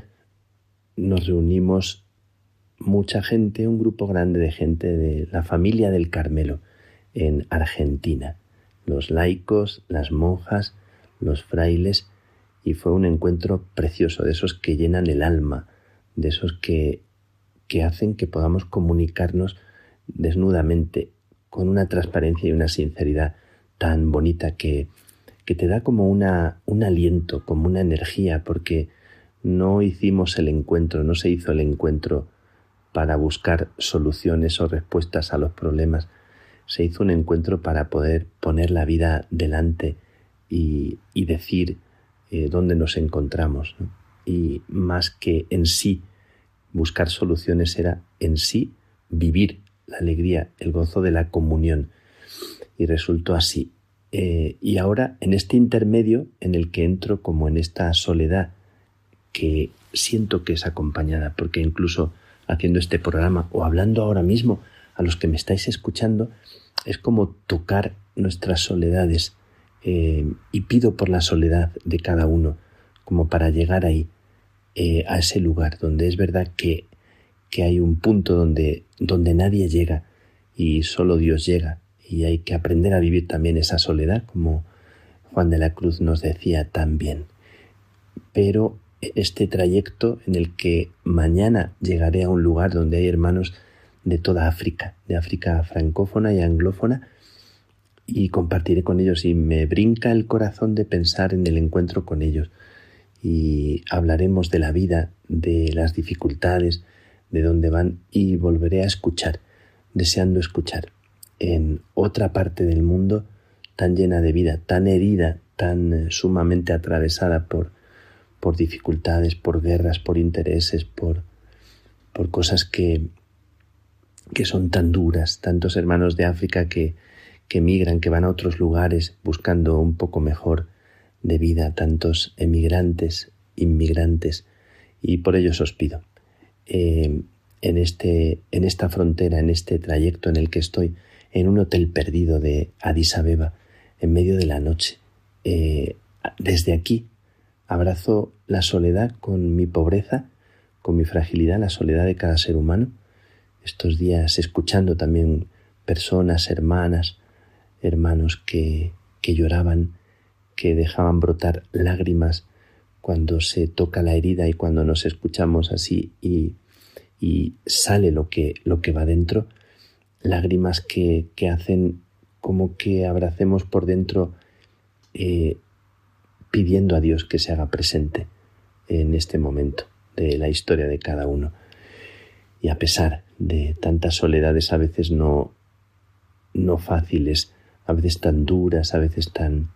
nos reunimos mucha gente, un grupo grande de gente de la familia del Carmelo en Argentina, los laicos, las monjas, los frailes, y fue un encuentro precioso, de esos que llenan el alma, de esos que hacen que podamos comunicarnos desnudamente, con una transparencia y una sinceridad tan bonita que te da como un aliento, como una energía, porque no hicimos el encuentro, no se hizo el encuentro para buscar soluciones o respuestas a los problemas. Se hizo un encuentro para poder poner la vida delante y decir dónde nos encontramos, ¿no? Y más que en sí buscar soluciones, era en sí vivir la alegría, el gozo de la comunión. Y resultó así. Y ahora, en este intermedio en el que entro como en esta soledad que siento que es acompañada, porque incluso haciendo este programa o hablando ahora mismo a los que me estáis escuchando, es como tocar nuestras soledades, y pido por la soledad de cada uno, como para llegar ahí, a ese lugar donde es verdad que hay un punto donde nadie llega y solo Dios llega, y hay que aprender a vivir también esa soledad, como Juan de la Cruz nos decía tan bien. Pero este trayecto en el que mañana llegaré a un lugar donde hay hermanos de toda África, de África francófona y anglófona, y compartiré con ellos, y me brinca el corazón de pensar en el encuentro con ellos, y hablaremos de la vida, de las dificultades, de dónde van, y volveré a escuchar, deseando escuchar, en otra parte del mundo tan llena de vida, tan herida, tan sumamente atravesada por dificultades, por guerras, por intereses, por cosas que son tan duras, tantos hermanos de África que emigran, que van a otros lugares buscando un poco mejor de vida, tantos emigrantes, inmigrantes, y por ellos os pido, en esta frontera, en este trayecto en el que estoy, en un hotel perdido de Addis Abeba, en medio de la noche, desde aquí abrazo la soledad con mi pobreza, con mi fragilidad, la soledad de cada ser humano. Estos días escuchando también personas, hermanas, hermanos que lloraban, que dejaban brotar lágrimas cuando se toca la herida y cuando nos escuchamos así y sale lo que va dentro, lágrimas que hacen como que abracemos por dentro, pidiendo a Dios que se haga presente en este momento de la historia de cada uno. Y a pesar de tantas soledades, a veces no fáciles, a veces tan duras, a veces tan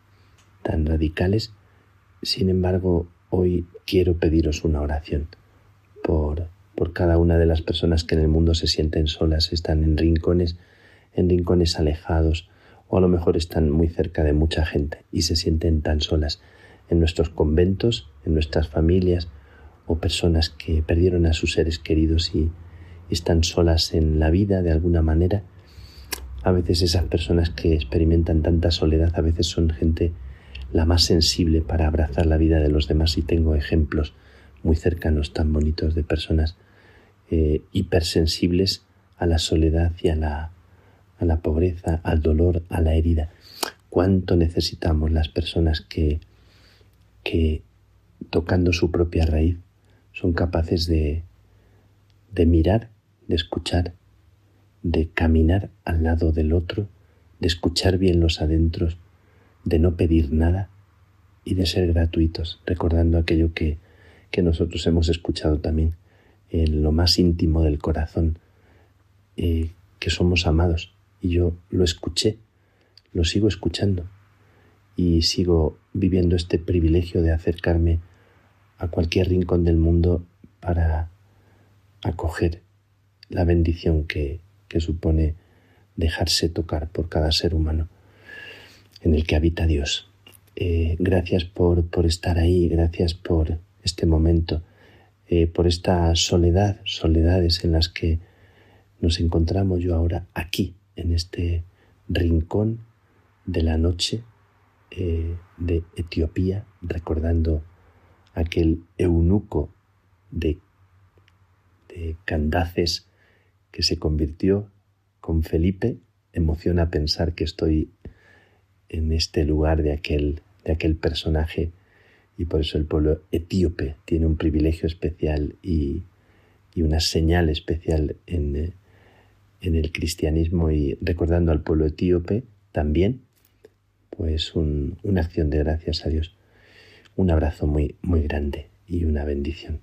radicales, sin embargo, hoy quiero pediros una oración por por cada una de las personas que en el mundo se sienten solas, están en rincones alejados, o a lo mejor están muy cerca de mucha gente y se sienten tan solas en nuestros conventos, en nuestras familias, o personas que perdieron a sus seres queridos y están solas en la vida de alguna manera. A veces esas personas que experimentan tanta soledad a veces son gente la más sensible para abrazar la vida de los demás, y tengo ejemplos muy cercanos tan bonitos de personas hipersensibles a la soledad y a la pobreza, al dolor, a la herida. Cuánto necesitamos las personas que tocando su propia raíz son capaces de mirar, de escuchar, de caminar al lado del otro, de escuchar bien los adentros, de no pedir nada y de ser gratuitos, recordando aquello que nosotros hemos escuchado también en lo más íntimo del corazón, que somos amados. Y yo lo escuché, lo sigo escuchando y sigo viviendo este privilegio de acercarme a cualquier rincón del mundo para acoger la bendición que supone dejarse tocar por cada ser humano en el que habita Dios. Gracias por estar ahí, gracias por este momento, por esta soledades en las que nos encontramos yo ahora aquí, en este rincón de la noche de Etiopía, recordando aquel eunuco de Candaces que se convirtió con Felipe. Emociona pensar que estoy en este lugar de aquel personaje, y por eso el pueblo etíope tiene un privilegio especial y una señal especial en el cristianismo. Y recordando al pueblo etíope también, pues una acción de gracias a Dios. Un abrazo muy, muy grande y una bendición.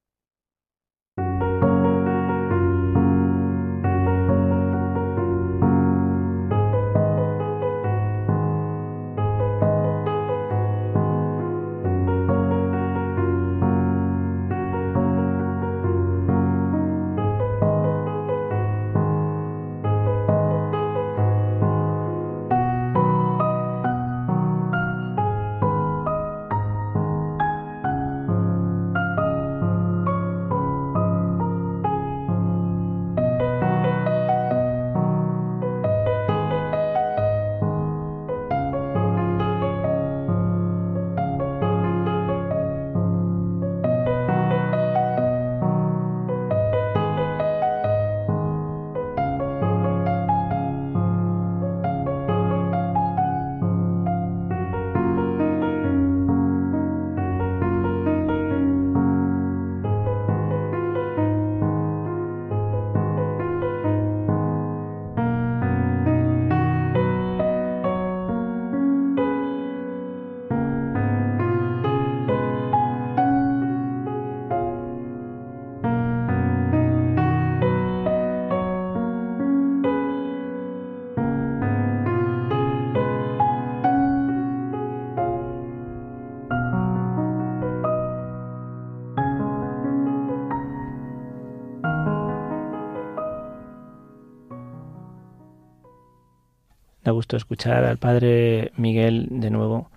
Da gusto escuchar al Padre Miguel de nuevo.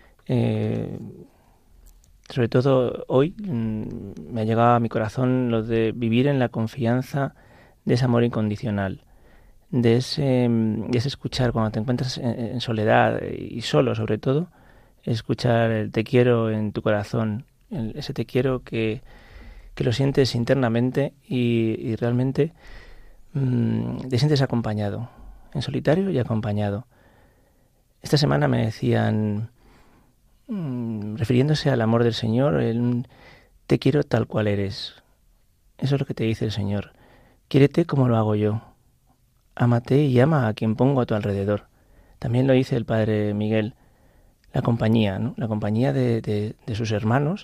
Sobre todo hoy me ha llegado a mi corazón lo de vivir en la confianza de ese amor incondicional, de ese escuchar cuando te encuentras en soledad y solo, sobre todo, escuchar el te quiero en tu corazón, ese te quiero que lo sientes internamente y realmente te sientes acompañado, en solitario y acompañado. Esta semana me decían, refiriéndose al amor del Señor, te quiero tal cual eres. Eso es lo que te dice el Señor. Quiérete como lo hago yo. Ámate y ama a quien pongo a tu alrededor. También lo dice el Padre Miguel. La compañía, ¿no? La compañía de sus hermanos.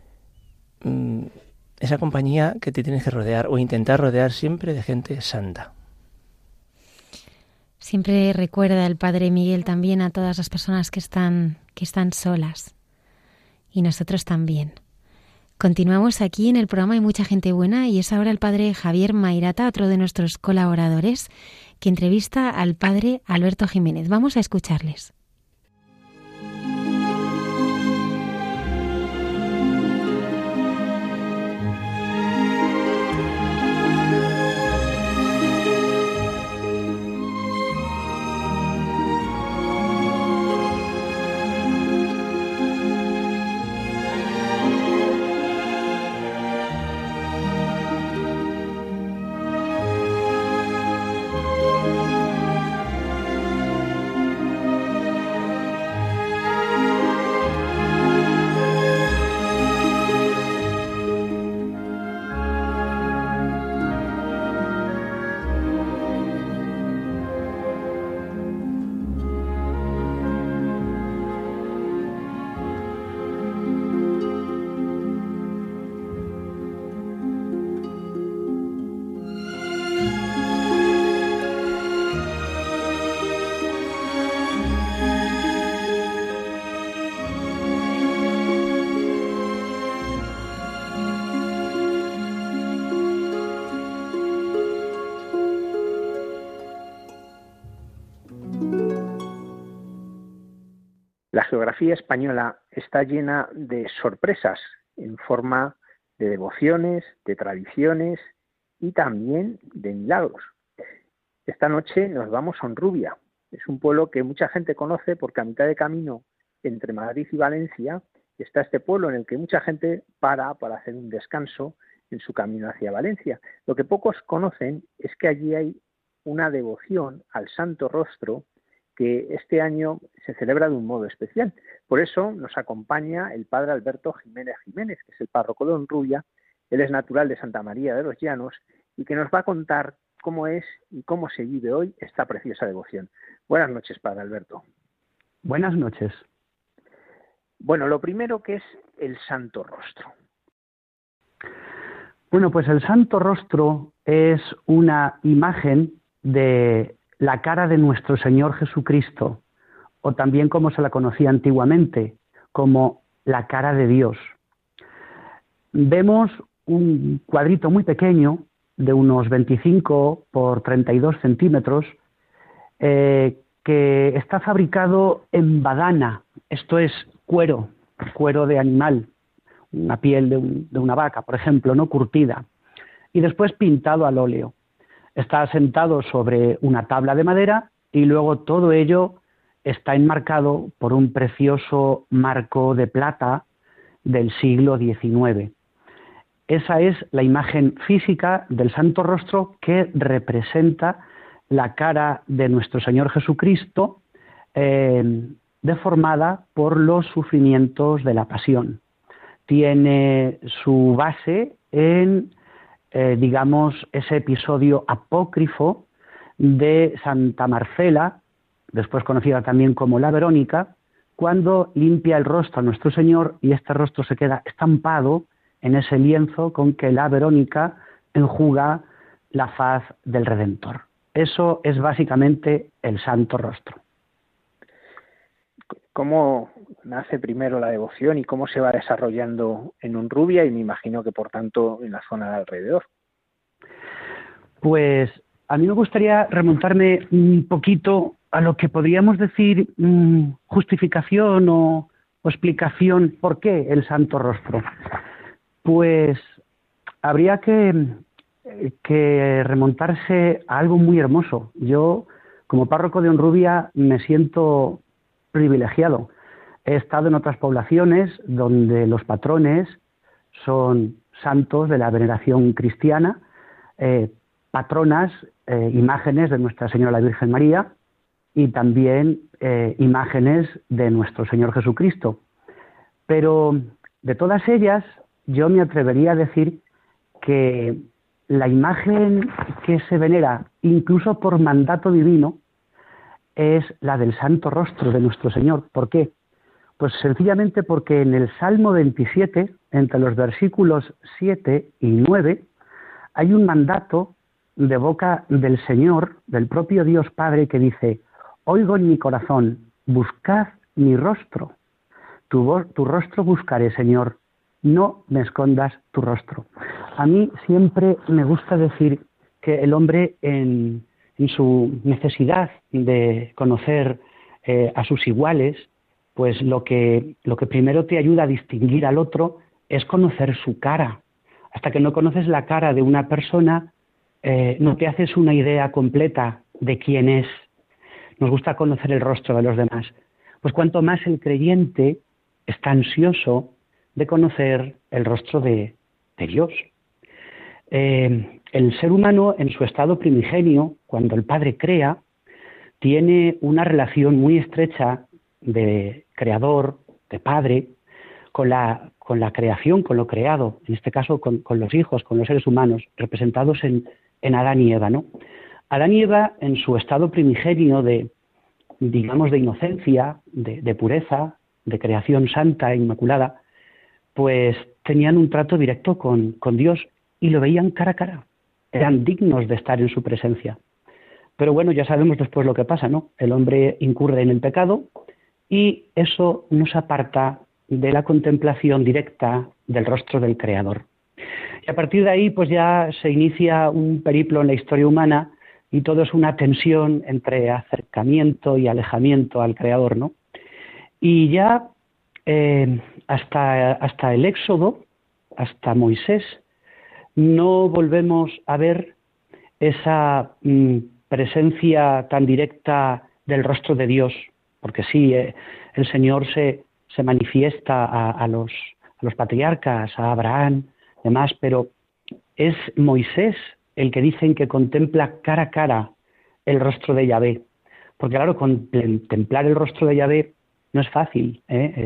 Esa compañía que te tienes que rodear o intentar rodear siempre de gente santa. Siempre recuerda el Padre Miguel también a todas las personas que están solas. Y nosotros también. Continuamos aquí en el programa Hay mucha gente buena y es ahora el padre Javier Mairata, otro de nuestros colaboradores, que entrevista al padre Alberto Jiménez. Vamos a escucharles. La geografía española está llena de sorpresas en forma de devociones, de tradiciones y también de milagros. Esta noche nos vamos a Honrubia. Es un pueblo que mucha gente conoce porque a mitad de camino entre Madrid y Valencia está este pueblo en el que mucha gente para hacer un descanso en su camino hacia Valencia. Lo que pocos conocen es que allí hay una devoción al Santo Rostro que este año se celebra de un modo especial. Por eso nos acompaña el padre Alberto Jiménez Jiménez, que es el párroco de Honrubia. Él es natural de Santa María de los Llanos y que nos va a contar cómo es y cómo se vive hoy esta preciosa devoción. Buenas noches, padre Alberto. Buenas noches. Bueno, lo primero, que es el Santo Rostro. Bueno, pues el Santo Rostro es una imagen de la cara de nuestro Señor Jesucristo, o también como se la conocía antiguamente, como la cara de Dios. Vemos un cuadrito muy pequeño, de unos 25 por 32 centímetros, que está fabricado en badana, esto es cuero de animal, una piel de una vaca, por ejemplo, no curtida, y después pintado al óleo. Está asentado sobre una tabla de madera y luego todo ello está enmarcado por un precioso marco de plata del siglo XIX. Esa es la imagen física del Santo Rostro que representa la cara de nuestro Señor Jesucristo, deformada por los sufrimientos de la pasión. Tiene su base en ese episodio apócrifo de Santa Marcela, después conocida también como la Verónica, cuando limpia el rostro a nuestro Señor y este rostro se queda estampado en ese lienzo con que la Verónica enjuga la faz del Redentor. Eso es básicamente el Santo Rostro. ¿Cómo nace primero la devoción y cómo se va desarrollando en Honrubia y me imagino que por tanto en la zona de alrededor? Pues a mí me gustaría remontarme un poquito a lo que podríamos decir justificación o explicación por qué el Santo Rostro. Pues habría que remontarse a algo muy hermoso. Yo, como párroco de Honrubia, me siento privilegiado. He estado en otras poblaciones donde los patrones son santos de la veneración cristiana, patronas, imágenes de Nuestra Señora la Virgen María y también imágenes de nuestro Señor Jesucristo. Pero de todas ellas yo me atrevería a decir que la imagen que se venera, incluso por mandato divino, es la del Santo Rostro de nuestro Señor. ¿Por qué? Pues sencillamente porque en el Salmo 27, entre los versículos 7 y 9, hay un mandato de boca del Señor, del propio Dios Padre, que dice: oigo en mi corazón, buscad mi rostro. Tu rostro buscaré, Señor, no me escondas tu rostro. A mí siempre me gusta decir que el hombre en su necesidad de conocer a sus iguales, pues lo que primero te ayuda a distinguir al otro es conocer su cara. Hasta que no conoces la cara de una persona, no te haces una idea completa de quién es. Nos gusta conocer el rostro de los demás. Pues cuanto más el creyente está ansioso de conocer el rostro de Dios. El ser humano en su estado primigenio, cuando el Padre crea, tiene una relación muy estrecha de creador, de Padre, con la creación, con lo creado, en este caso con los hijos, con los seres humanos, representados en Adán y Eva, ¿no? Adán y Eva, en su estado primigenio de inocencia, de pureza, de creación santa e inmaculada, pues tenían un trato directo con Dios y lo veían cara a cara. Eran dignos de estar en su presencia. Pero bueno, ya sabemos después lo que pasa, ¿no? El hombre incurre en el pecado y eso nos aparta de la contemplación directa del rostro del Creador. Y a partir de ahí, pues ya se inicia un periplo en la historia humana y todo es una tensión entre acercamiento y alejamiento al Creador, ¿no? Y ya hasta el Éxodo, hasta Moisés, no volvemos a ver esa presencia tan directa del rostro de Dios, porque sí, el Señor se manifiesta a los patriarcas, a Abraham, demás, pero es Moisés el que dicen que contempla cara a cara el rostro de Yahvé, porque claro, contemplar el rostro de Yahvé no es fácil,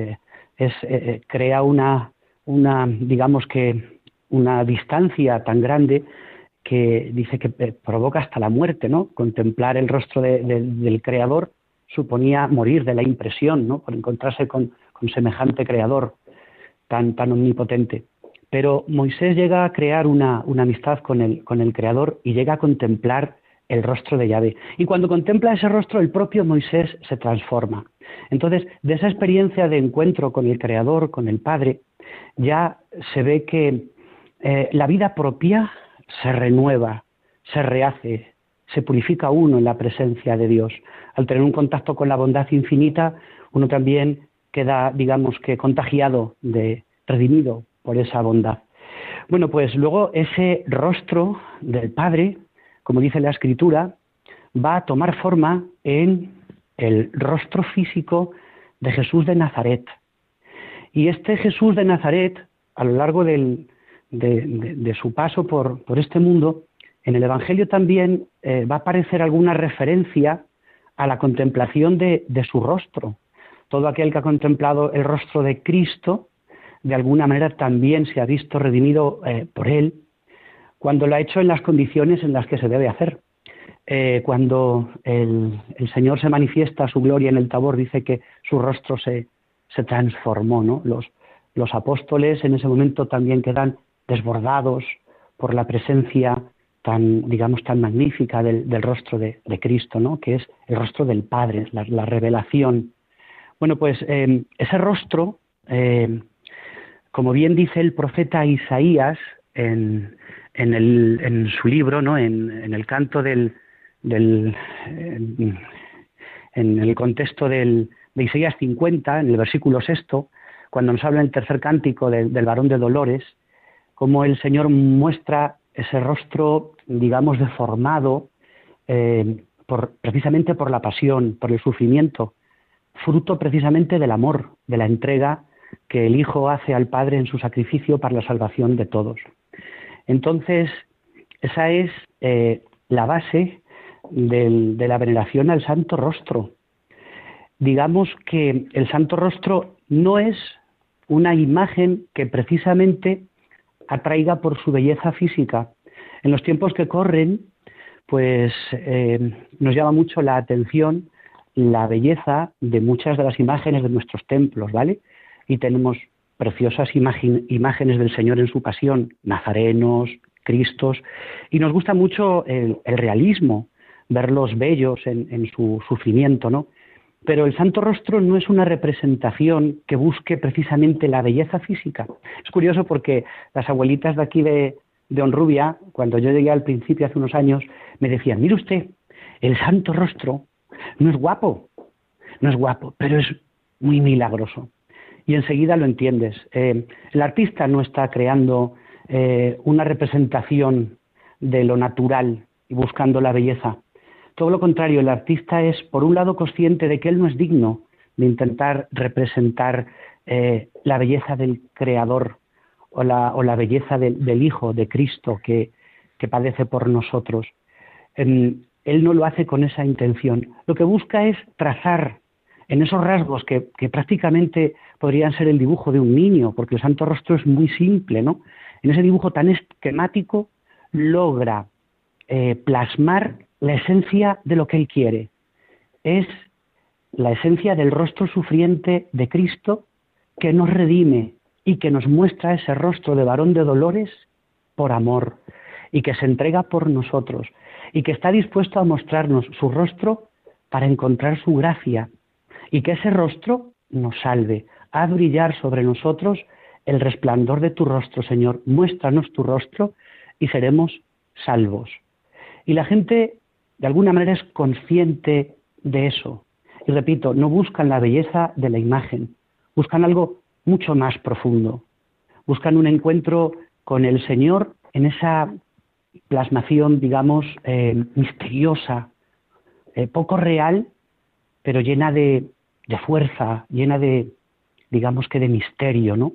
crea una distancia tan grande que dice que provoca hasta la muerte, ¿no? Contemplar el rostro del Creador suponía morir de la impresión, ¿no? Por encontrarse con semejante Creador tan omnipotente. Pero Moisés llega a crear una amistad con el Creador y llega a contemplar el rostro de Yahvé. Y cuando contempla ese rostro, el propio Moisés se transforma. Entonces, de esa experiencia de encuentro con el Creador, con el Padre, ya se ve que la vida propia se renueva, se rehace, se purifica uno en la presencia de Dios. Al tener un contacto con la bondad infinita, uno también queda, digamos que contagiado, redimido por esa bondad. Bueno, pues luego ese rostro del Padre, como dice la Escritura, va a tomar forma en el rostro físico de Jesús de Nazaret. Y este Jesús de Nazaret, a lo largo de su paso por este mundo, en el Evangelio también va a aparecer alguna referencia a la contemplación de su rostro. Todo aquel que ha contemplado el rostro de Cristo, de alguna manera también se ha visto redimido por Él, cuando lo ha hecho en las condiciones en las que se debe hacer. Cuando el Señor se manifiesta su gloria en el Tabor, dice que su rostro se transformó, ¿no? Los apóstoles en ese momento también quedan desbordados por la presencia tan magnífica del rostro de Cristo, ¿no? Que es el rostro del Padre, la revelación. Bueno, pues ese rostro, como bien dice el profeta Isaías en su libro, ¿no? En el canto en el contexto de Isaías 50, en el versículo 6, cuando nos habla en el tercer cántico del varón de dolores, cómo el Señor muestra ese rostro, digamos, deformado precisamente por la pasión, por el sufrimiento, fruto precisamente del amor, de la entrega que el Hijo hace al Padre en su sacrificio para la salvación de todos. Entonces, esa es la base de la veneración al Santo Rostro. Digamos que el Santo Rostro no es una imagen que precisamente atraiga por su belleza física. En los tiempos que corren, pues nos llama mucho la atención la belleza de muchas de las imágenes de nuestros templos, ¿vale? Y tenemos preciosas imágenes del Señor en su pasión, nazarenos, Cristos, y nos gusta mucho el realismo, verlos bellos en su sufrimiento, ¿no? Pero el Santo Rostro no es una representación que busque precisamente la belleza física. Es curioso porque las abuelitas de aquí de Honrubia, cuando yo llegué al principio hace unos años, me decían, mire usted, el Santo Rostro no es guapo, pero es muy milagroso. Y enseguida lo entiendes. El artista no está creando una representación de lo natural y buscando la belleza. Todo lo contrario, el artista es, por un lado, consciente de que él no es digno de intentar representar la belleza del Creador o la belleza del Hijo de Cristo que padece por nosotros. Él no lo hace con esa intención. Lo que busca es trazar en esos rasgos que prácticamente podrían ser el dibujo de un niño, porque el Santo Rostro es muy simple, ¿no? En ese dibujo tan esquemático logra plasmar la esencia de lo que él quiere. Es la esencia del rostro sufriente de Cristo que nos redime y que nos muestra ese rostro de varón de dolores por amor y que se entrega por nosotros y que está dispuesto a mostrarnos su rostro para encontrar su gracia y que ese rostro nos salve. Haz brillar sobre nosotros el resplandor de tu rostro, Señor. Muéstranos tu rostro y seremos salvos. Y la gente, de alguna manera, es consciente de eso. Y repito, no buscan la belleza de la imagen, buscan algo mucho más profundo. Buscan un encuentro con el Señor en esa plasmación, digamos, misteriosa, poco real, pero llena de fuerza, llena de, digamos que de misterio, ¿no?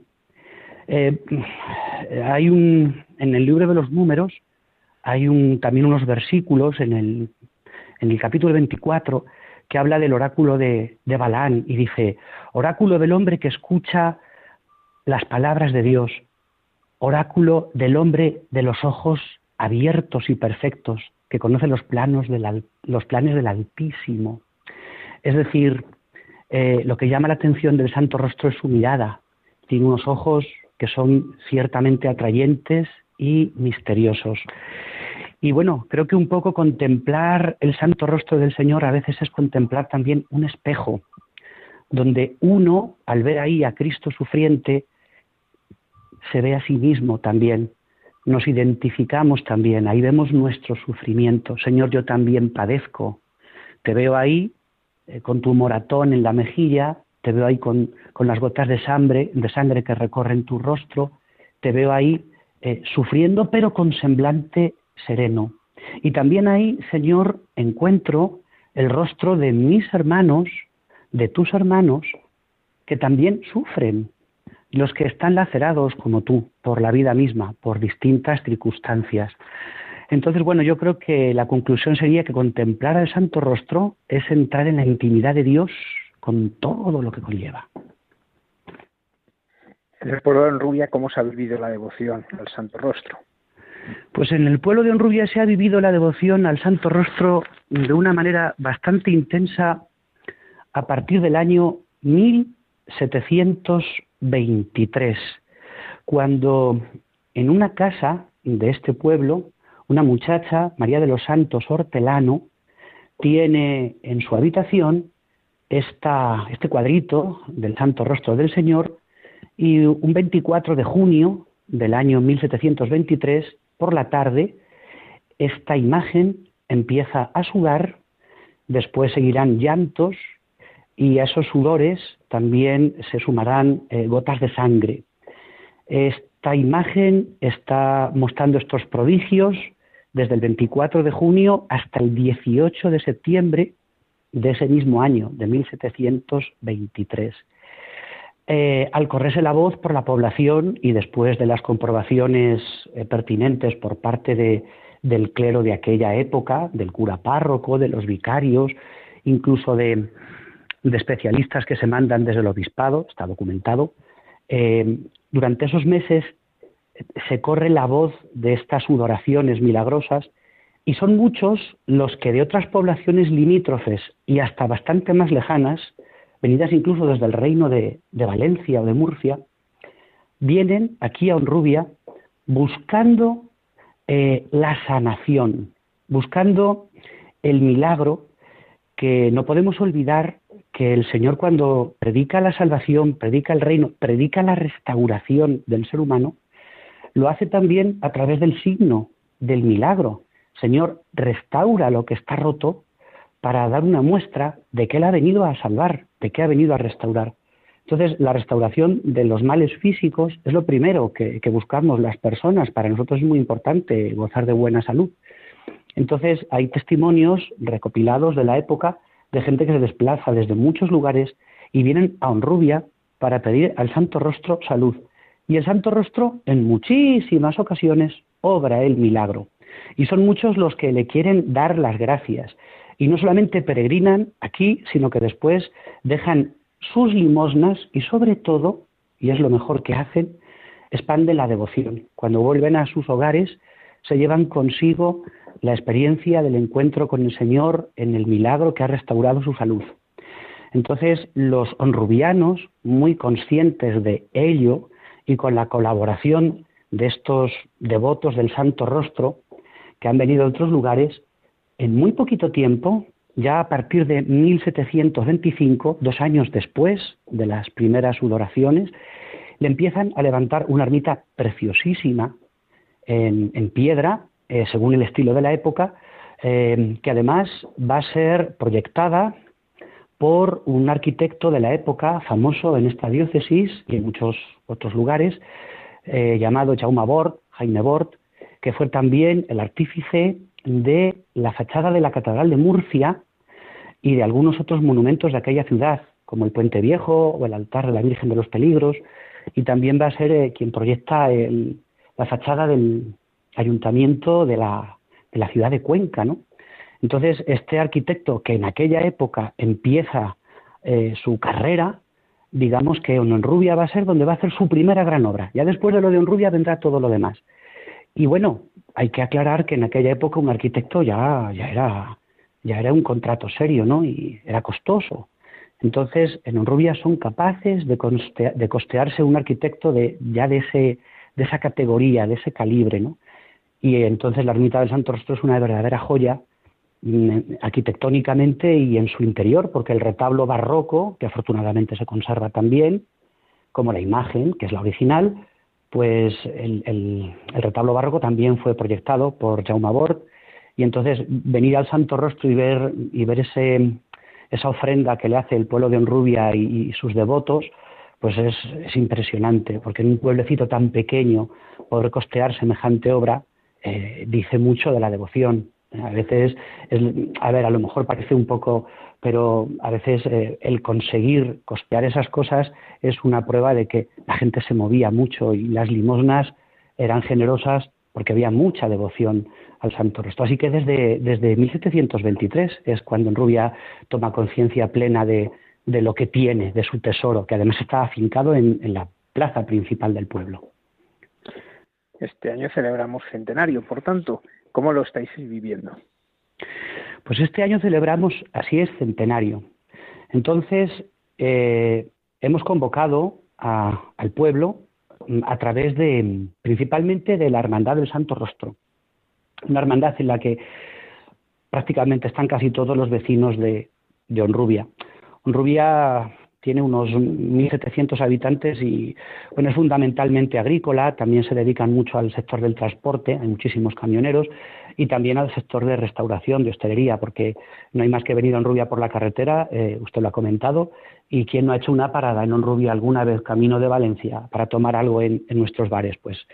Hay en el libro de los Números, hay también unos versículos en el capítulo 24 que habla del oráculo de Balaán y dice, oráculo del hombre que escucha las palabras de Dios, oráculo del hombre de los ojos abiertos y perfectos, que conoce los planes del Altísimo. Es decir, lo que llama la atención del Santo Rostro es su mirada. Tiene unos ojos que son ciertamente atrayentes y misteriosos. Y bueno, creo que un poco contemplar el Santo Rostro del Señor a veces es contemplar también un espejo, donde uno, al ver ahí a Cristo sufriente, se ve a sí mismo también. Nos identificamos también, ahí vemos nuestro sufrimiento. Señor, yo también padezco. Te veo ahí con tu moratón en la mejilla, te veo ahí con las gotas de sangre que recorren tu rostro, te veo ahí sufriendo, pero con semblante sereno. Y también ahí, Señor, encuentro el rostro de mis hermanos, de tus hermanos, que también sufren, los que están lacerados como tú, por la vida misma, por distintas circunstancias. Entonces, bueno, yo creo que la conclusión sería que contemplar al Santo Rostro es entrar en la intimidad de Dios con todo lo que conlleva. En el pueblo de Honrubia, ¿cómo se ha vivido la devoción al Santo Rostro? Pues en el pueblo de Honrubia se ha vivido la devoción al Santo Rostro de una manera bastante intensa a partir del año 1723, cuando en una casa de este pueblo, una muchacha, María de los Santos Hortelano, tiene en su habitación este cuadrito del Santo Rostro del Señor, y un 24 de junio del año 1723, por la tarde, esta imagen empieza a sudar, después seguirán llantos, y a esos sudores también se sumarán gotas de sangre. Esta imagen está mostrando estos prodigios desde el 24 de junio hasta el 18 de septiembre de ese mismo año, de 1723. Al correrse la voz por la población y después de las comprobaciones pertinentes por parte del clero de aquella época, del cura párroco, de los vicarios, incluso de especialistas que se mandan desde el obispado, está documentado, durante esos meses se corre la voz de estas sudoraciones milagrosas y son muchos los que de otras poblaciones limítrofes y hasta bastante más lejanas, venidas incluso desde el reino de Valencia o de Murcia, vienen aquí a Honrubia buscando la sanación, buscando el milagro, que no podemos olvidar que el Señor, cuando predica la salvación, predica el reino, predica la restauración del ser humano, lo hace también a través del signo, del milagro. Señor, restaura lo que está roto para dar una muestra de que Él ha venido a salvar, de que ha venido a restaurar. Entonces, la restauración de los males físicos es lo primero que buscamos las personas. Para nosotros es muy importante gozar de buena salud. Entonces, hay testimonios recopilados de la época de gente que se desplaza desde muchos lugares y vienen a Honrubia para pedir al Santo Rostro salud. Y el Santo Rostro, en muchísimas ocasiones, obra el milagro. Y son muchos los que le quieren dar las gracias. Y no solamente peregrinan aquí, sino que después dejan sus limosnas y, sobre todo, y es lo mejor que hacen, expanden la devoción. Cuando vuelven a sus hogares, se llevan consigo la experiencia del encuentro con el Señor en el milagro que ha restaurado su salud. Entonces, los honrubianos, muy conscientes de ello y con la colaboración de estos devotos del Santo Rostro que han venido de otros lugares, en muy poquito tiempo, ya a partir de 1725, 2 años después de las primeras sudoraciones, le empiezan a levantar una ermita preciosísima en piedra, según el estilo de la época, que además va a ser proyectada por un arquitecto de la época famoso en esta diócesis y en muchos otros lugares, llamado Jaume Bort, Jaime Bort, que fue también el artífice de la fachada de la Catedral de Murcia y de algunos otros monumentos de aquella ciudad, como el Puente Viejo o el altar de la Virgen de los Peligros, y también va a ser quien proyecta la fachada del ayuntamiento de la ciudad de Cuenca, ¿no? Entonces, este arquitecto, que en aquella época empieza su carrera, digamos que en Honrubia va a ser donde va a hacer su primera gran obra. Ya después de lo de Honrubia vendrá todo lo demás. Y bueno, hay que aclarar que en aquella época un arquitecto ya era un contrato serio, ¿no? Y era costoso. Entonces, en Honrubia son capaces de costearse un arquitecto de esa categoría, de ese calibre, ¿no? Y entonces la ermita del Santo Rostro es una verdadera joya arquitectónicamente y en su interior, porque el retablo barroco, que afortunadamente se conserva también, como la imagen, que es la original, pues el retablo barroco también fue proyectado por Jaume Bort, y entonces venir al Santo Rostro y ver esa ofrenda que le hace el pueblo de Honrubia y sus devotos, pues es impresionante, porque en un pueblecito tan pequeño poder costear semejante obra dice mucho de la devoción. A veces, a lo mejor parece un poco, pero a veces el conseguir costear esas cosas es una prueba de que la gente se movía mucho y las limosnas eran generosas porque había mucha devoción al Santo Rostro. Así que desde 1723 es cuando Honrubia toma conciencia plena de lo que tiene, de su tesoro, que además está afincado en la plaza principal del pueblo. Este año celebramos centenario, por tanto, ¿cómo lo estáis viviendo? Pues este año celebramos, así es, centenario. Entonces, hemos convocado al pueblo a través principalmente de la Hermandad del Santo Rostro. Una hermandad en la que prácticamente están casi todos los vecinos de Honrubia. Honrubia tiene unos 1.700 habitantes y bueno, es fundamentalmente agrícola, también se dedican mucho al sector del transporte, hay muchísimos camioneros, y también al sector de restauración, de hostelería, porque no hay más que venir a Honrubia por la carretera, usted lo ha comentado, y quien no ha hecho una parada en Honrubia alguna vez camino de Valencia para tomar algo en nuestros bares, pues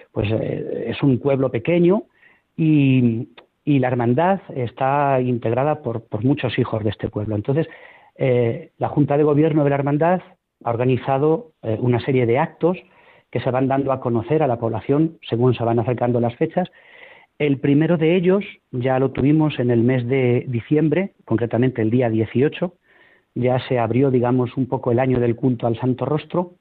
es un pueblo pequeño y la hermandad está integrada por muchos hijos de este pueblo. Entonces, la Junta de Gobierno de la Hermandad ha organizado una serie de actos que se van dando a conocer a la población según se van acercando las fechas. El primero de ellos ya lo tuvimos en el mes de diciembre, concretamente el día 18, ya se abrió, digamos, un poco el año del culto al Santo Rostro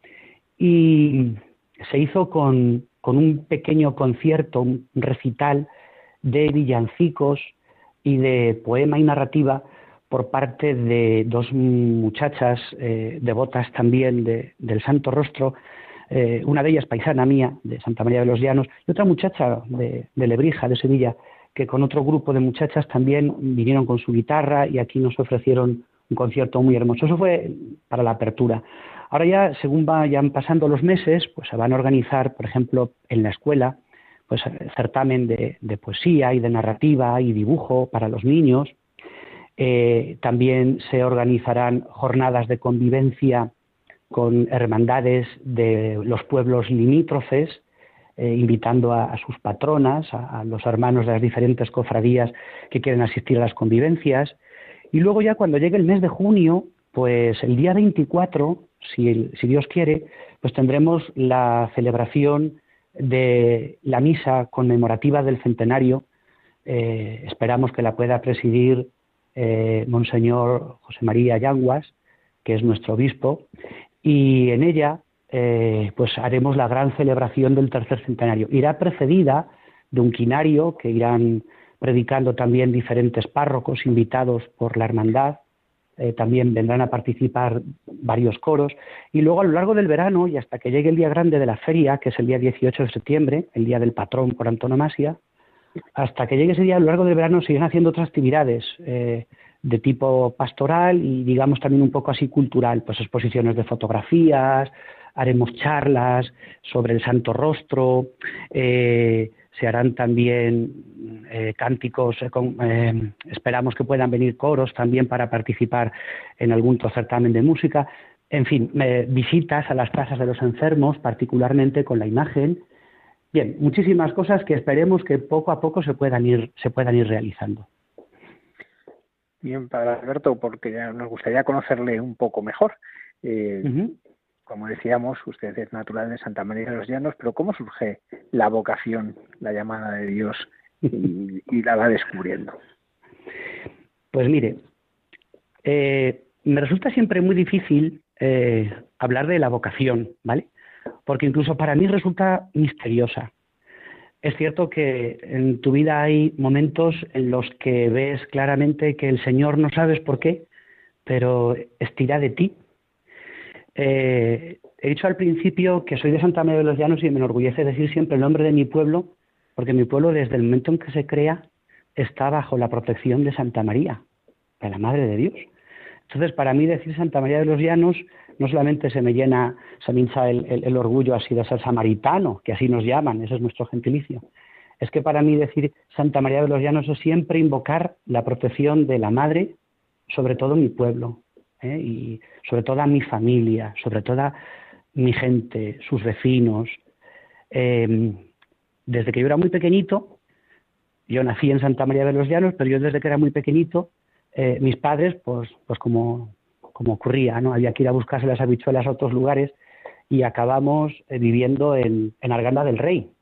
y se hizo con un pequeño concierto, un recital de villancicos y de poema y narrativa por parte de 2 muchachas devotas también del Santo Rostro, una de ellas paisana mía, de Santa María de los Llanos, y otra muchacha de Lebrija, de Sevilla, que con otro grupo de muchachas también vinieron con su guitarra y aquí nos ofrecieron un concierto muy hermoso. Eso fue para la apertura. Ahora ya, según vayan pasando los meses, pues se van a organizar, por ejemplo, en la escuela, pues certamen de poesía y de narrativa y dibujo para los niños. También se organizarán jornadas de convivencia con hermandades de los pueblos limítrofes, invitando a sus patronas, a los hermanos de las diferentes cofradías que quieren asistir a las convivencias. Y luego ya cuando llegue el mes de junio, pues el día 24, si Dios quiere, pues tendremos la celebración de la misa conmemorativa del centenario. Esperamos que la pueda presidir Monseñor José María Yanguas, que es nuestro obispo, y en ella pues haremos la gran celebración del tercer centenario. Irá precedida de un quinario que irán predicando también diferentes párrocos invitados por la hermandad. También vendrán a participar varios coros, y luego a lo largo del verano y hasta que llegue el día grande de la feria, que es el día 18 de septiembre, el día del patrón por antonomasia, hasta que llegue ese día, a lo largo del verano siguen haciendo otras actividades de tipo pastoral y digamos también un poco así cultural, pues exposiciones de fotografías, haremos charlas sobre el Santo Rostro, se harán también cánticos, esperamos que puedan venir coros también para participar en algún otro certamen de música, en fin, visitas a las casas de los enfermos, particularmente con la imagen. Bien, muchísimas cosas que esperemos que poco a poco se puedan ir realizando. Bien, Padre Alberto, porque nos gustaría conocerle un poco mejor. Como decíamos, usted es natural de Santa María de los Llanos, pero ¿cómo surge la vocación, la llamada de Dios y la va descubriendo? Pues mire, me resulta siempre muy difícil hablar de la vocación, ¿vale? Porque incluso para mí resulta misteriosa. Es cierto que en tu vida hay momentos en los que ves claramente que el Señor, no sabes por qué, pero estira de ti. He dicho al principio que soy de Santa María de los Llanos y me enorgullece decir siempre el nombre de mi pueblo, porque mi pueblo desde el momento en que se crea está bajo la protección de Santa María, de la Madre de Dios. Entonces, para mí decir Santa María de los Llanos no solamente se me hincha el orgullo así de ser samaritano, que así nos llaman, ese es nuestro gentilicio. Es que para mí decir Santa María de los Llanos es siempre invocar la protección de la Madre, sobre todo mi pueblo, y sobre toda mi familia, sobre toda mi gente, sus vecinos. Desde que yo era muy pequeñito, yo nací en Santa María de los Llanos, pero yo desde que era muy pequeñito, mis padres, pues como ocurría, ¿no? Había que ir a buscarse las habichuelas a otros lugares y acabamos viviendo en Arganda del Rey.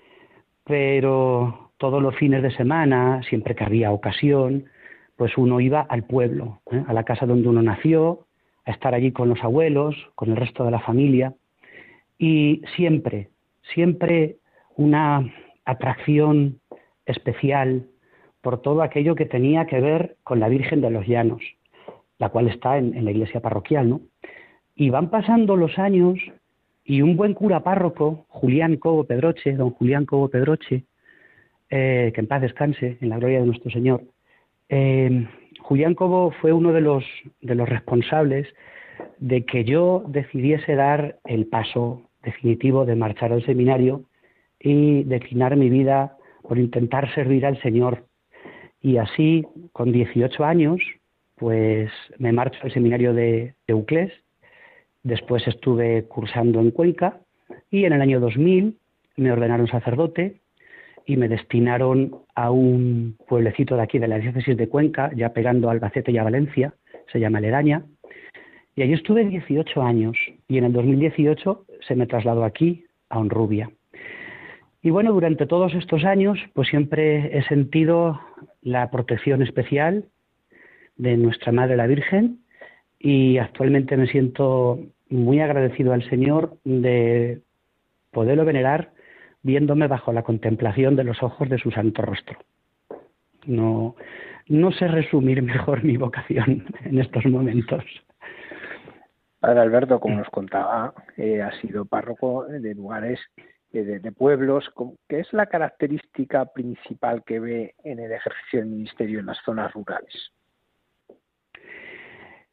Pero todos los fines de semana, siempre que había ocasión, pues uno iba al pueblo, a la casa donde uno nació, a estar allí con los abuelos, con el resto de la familia, y siempre una atracción especial por todo aquello que tenía que ver con la Virgen de los Llanos, la cual está en la iglesia parroquial, ¿no? Y van pasando los años y un buen cura párroco, Julián Cobo Pedroche, don Julián Cobo Pedroche, que en paz descanse, en la gloria de nuestro Señor, Julián Cobo fue uno de los responsables de que yo decidiese dar el paso definitivo de marchar al seminario y declinar mi vida por intentar servir al Señor. Y así, con 18 años, pues me marcho al seminario de Euclés, después estuve cursando en Cuenca y en el año 2000 me ordenaron sacerdote y me destinaron a un pueblecito de aquí, de la diócesis de Cuenca, ya pegando a Albacete y a Valencia, se llama Ledaña, y allí estuve 18 años, y en el 2018 se me trasladó aquí, a Honrubia. Y bueno, durante todos estos años, pues siempre he sentido la protección especial de nuestra Madre la Virgen, y actualmente me siento muy agradecido al Señor de poderlo venerar viéndome bajo la contemplación de los ojos de su santo rostro. No sé resumir mejor mi vocación en estos momentos. Padre Alberto, como nos contaba, ha sido párroco de lugares, de pueblos. ¿Qué es la característica principal que ve en el ejercicio del ministerio en las zonas rurales?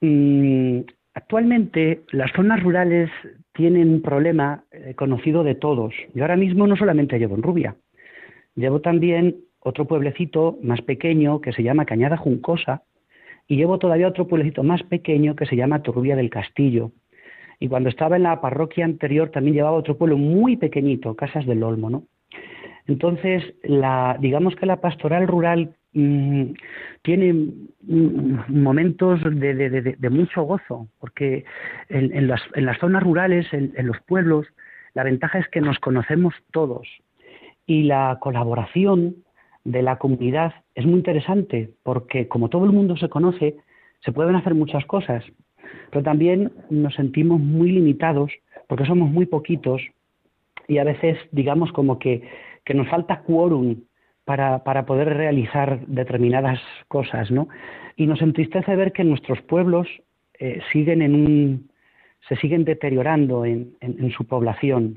Actualmente las zonas rurales tienen un problema conocido de todos. Yo ahora mismo no solamente llevo en Rubia, llevo también otro pueblecito más pequeño que se llama Cañada Juncosa, y llevo todavía otro pueblecito más pequeño que se llama Torrubia del Castillo. Y cuando estaba en la parroquia anterior también llevaba otro pueblo muy pequeñito, Casas del Olmo, ¿no? Entonces, digamos que la pastoral rural tiene momentos de mucho gozo, porque en las zonas rurales, en los pueblos, la ventaja es que nos conocemos todos, y la colaboración de la comunidad es muy interesante, porque como todo el mundo se conoce, se pueden hacer muchas cosas, pero también nos sentimos muy limitados porque somos muy poquitos, y a veces digamos como que nos falta quórum para poder realizar determinadas cosas, ¿no? Y nos entristece ver que nuestros pueblos se siguen deteriorando en su población.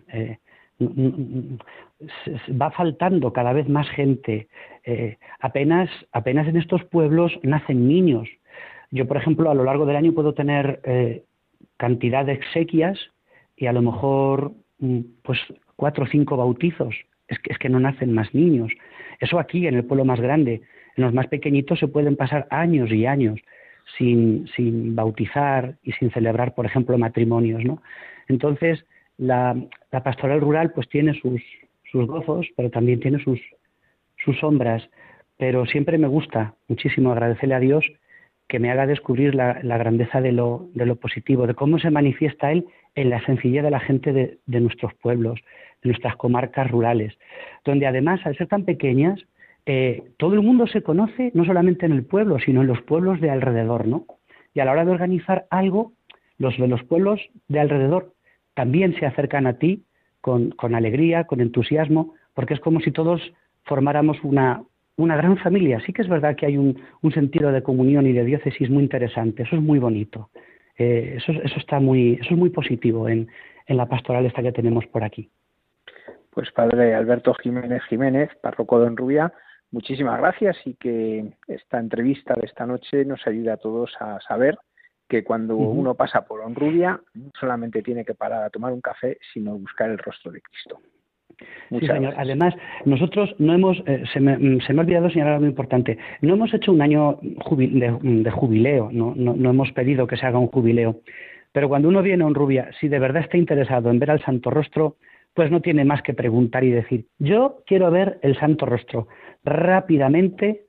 Va faltando cada vez más gente. Apenas en estos pueblos nacen niños. Yo, por ejemplo, a lo largo del año puedo tener cantidad de exequias y a lo mejor pues 4 o 5 bautizos. Es que no nacen más niños. Eso aquí, en el pueblo más grande. En los más pequeñitos se pueden pasar años y años sin bautizar y sin celebrar, por ejemplo, matrimonios, ¿no? Entonces, la pastoral rural pues tiene sus gozos, pero también tiene sus sombras. Pero siempre me gusta muchísimo agradecerle a Dios que me haga descubrir la grandeza de lo positivo, de cómo se manifiesta Él en la sencillez de la gente de nuestros pueblos, de nuestras comarcas rurales, donde además, al ser tan pequeñas, todo el mundo se conoce, no solamente en el pueblo, sino en los pueblos de alrededor, ¿no? Y a la hora de organizar algo, los de los pueblos de alrededor también se acercan a ti con alegría, con entusiasmo, porque es como si todos formáramos una gran familia. Sí que es verdad que hay un sentido de comunión y de diócesis muy interesante. Eso es muy bonito. Eso es muy positivo en la pastoral esta que tenemos por aquí. Pues Padre Alberto Jiménez, párroco de Honrubia, muchísimas gracias, y que esta entrevista de esta noche nos ayude a todos a saber que cuando uno pasa por Honrubia no solamente tiene que parar a tomar un café, sino buscar el rostro de Cristo. Sí, señor. Gracias. Además, nosotros no hemos, se me ha olvidado señalar algo muy importante, no hemos hecho un año de jubileo, no hemos pedido que se haga un jubileo, pero cuando uno viene a Honrubia, si de verdad está interesado en ver al Santo Rostro, pues no tiene más que preguntar y decir, yo quiero ver el Santo Rostro. Rápidamente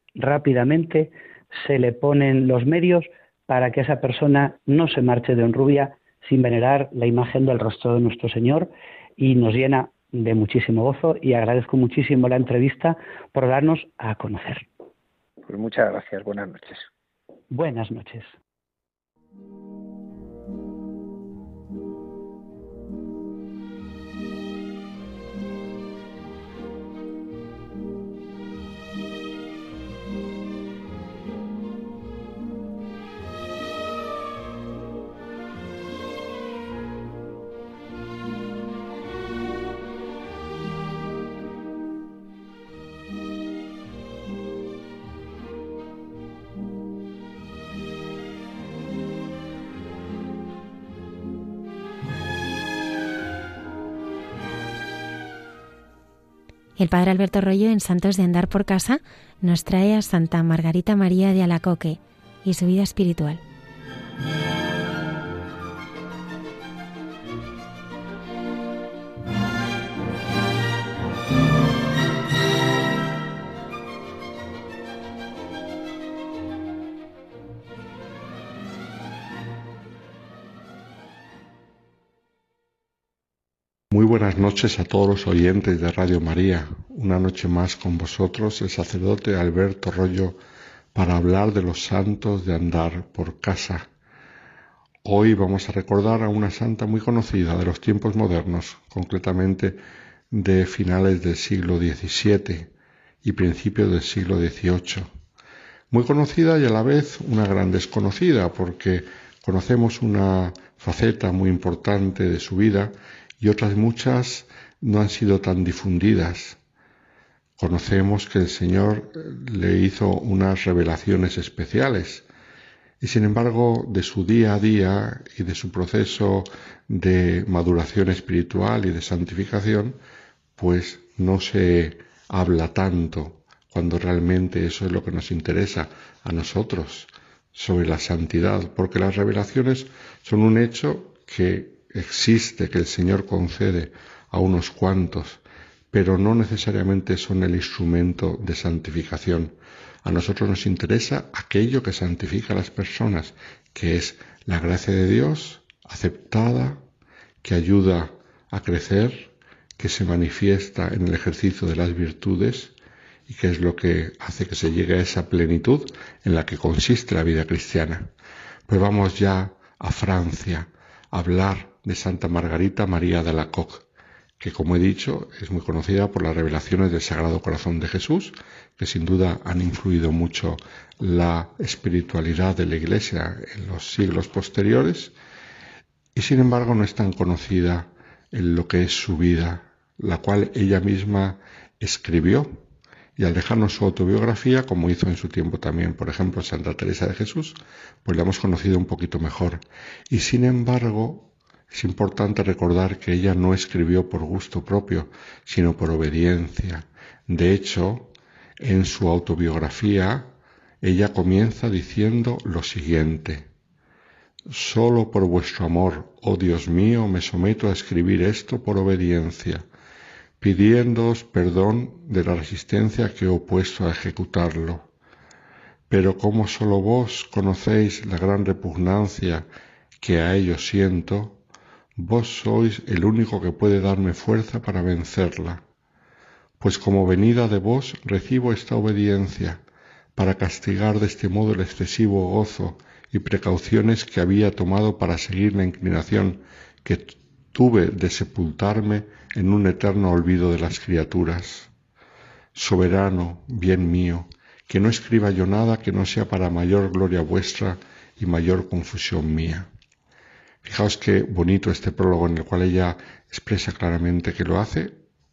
se le ponen los medios para que esa persona no se marche de Honrubia sin venerar la imagen del rostro de nuestro Señor, y nos llena de muchísimo gozo, y agradezco muchísimo la entrevista por darnos a conocer. Pues muchas gracias, buenas noches. Buenas noches. El Padre Alberto Royo, en Santos de Andar por Casa, nos trae a Santa Margarita María de Alacoque y su vida espiritual. Muy buenas noches a todos los oyentes de Radio María. Una noche más con vosotros, el sacerdote Alberto Royo, para hablar de los santos de Andar por Casa. Hoy vamos a recordar a una santa muy conocida de los tiempos modernos, concretamente de finales del siglo XVII y principios del siglo XVIII. Muy conocida y a la vez una gran desconocida, porque conocemos una faceta muy importante de su vida y otras muchas no han sido tan difundidas. Conocemos que el Señor le hizo unas revelaciones especiales. Y sin embargo, de su día a día y de su proceso de maduración espiritual y de santificación, pues no se habla tanto, cuando realmente eso es lo que nos interesa a nosotros, sobre la santidad, porque las revelaciones son un hecho que existe, que el Señor concede a unos cuantos, pero no necesariamente son el instrumento de santificación. A nosotros nos interesa aquello que santifica a las personas, que es la gracia de Dios aceptada, que ayuda a crecer, que se manifiesta en el ejercicio de las virtudes y que es lo que hace que se llegue a esa plenitud en la que consiste la vida cristiana. Pues vamos ya a Francia a hablar de Santa Margarita María de Alacoque, que, como he dicho, es muy conocida por las revelaciones del Sagrado Corazón de Jesús, que sin duda han influido mucho la espiritualidad de la Iglesia en los siglos posteriores, y sin embargo no es tan conocida en lo que es su vida, la cual ella misma escribió, y al dejarnos su autobiografía, como hizo en su tiempo también, por ejemplo, Santa Teresa de Jesús, pues la hemos conocido un poquito mejor. Y sin embargo, es importante recordar que ella no escribió por gusto propio, sino por obediencia. De hecho, en su autobiografía, ella comienza diciendo lo siguiente: «Solo por vuestro amor, oh Dios mío, me someto a escribir esto por obediencia, pidiéndoos perdón de la resistencia que he opuesto a ejecutarlo. Pero como solo vos conocéis la gran repugnancia que a ello siento, vos sois el único que puede darme fuerza para vencerla. Pues como venida de vos recibo esta obediencia, para castigar de este modo el excesivo gozo y precauciones que había tomado para seguir la inclinación que tuve de sepultarme en un eterno olvido de las criaturas. Soberano, bien mío, que no escriba yo nada que no sea para mayor gloria vuestra y mayor confusión mía». Fijaos qué bonito este prólogo en el cual ella expresa claramente que lo hace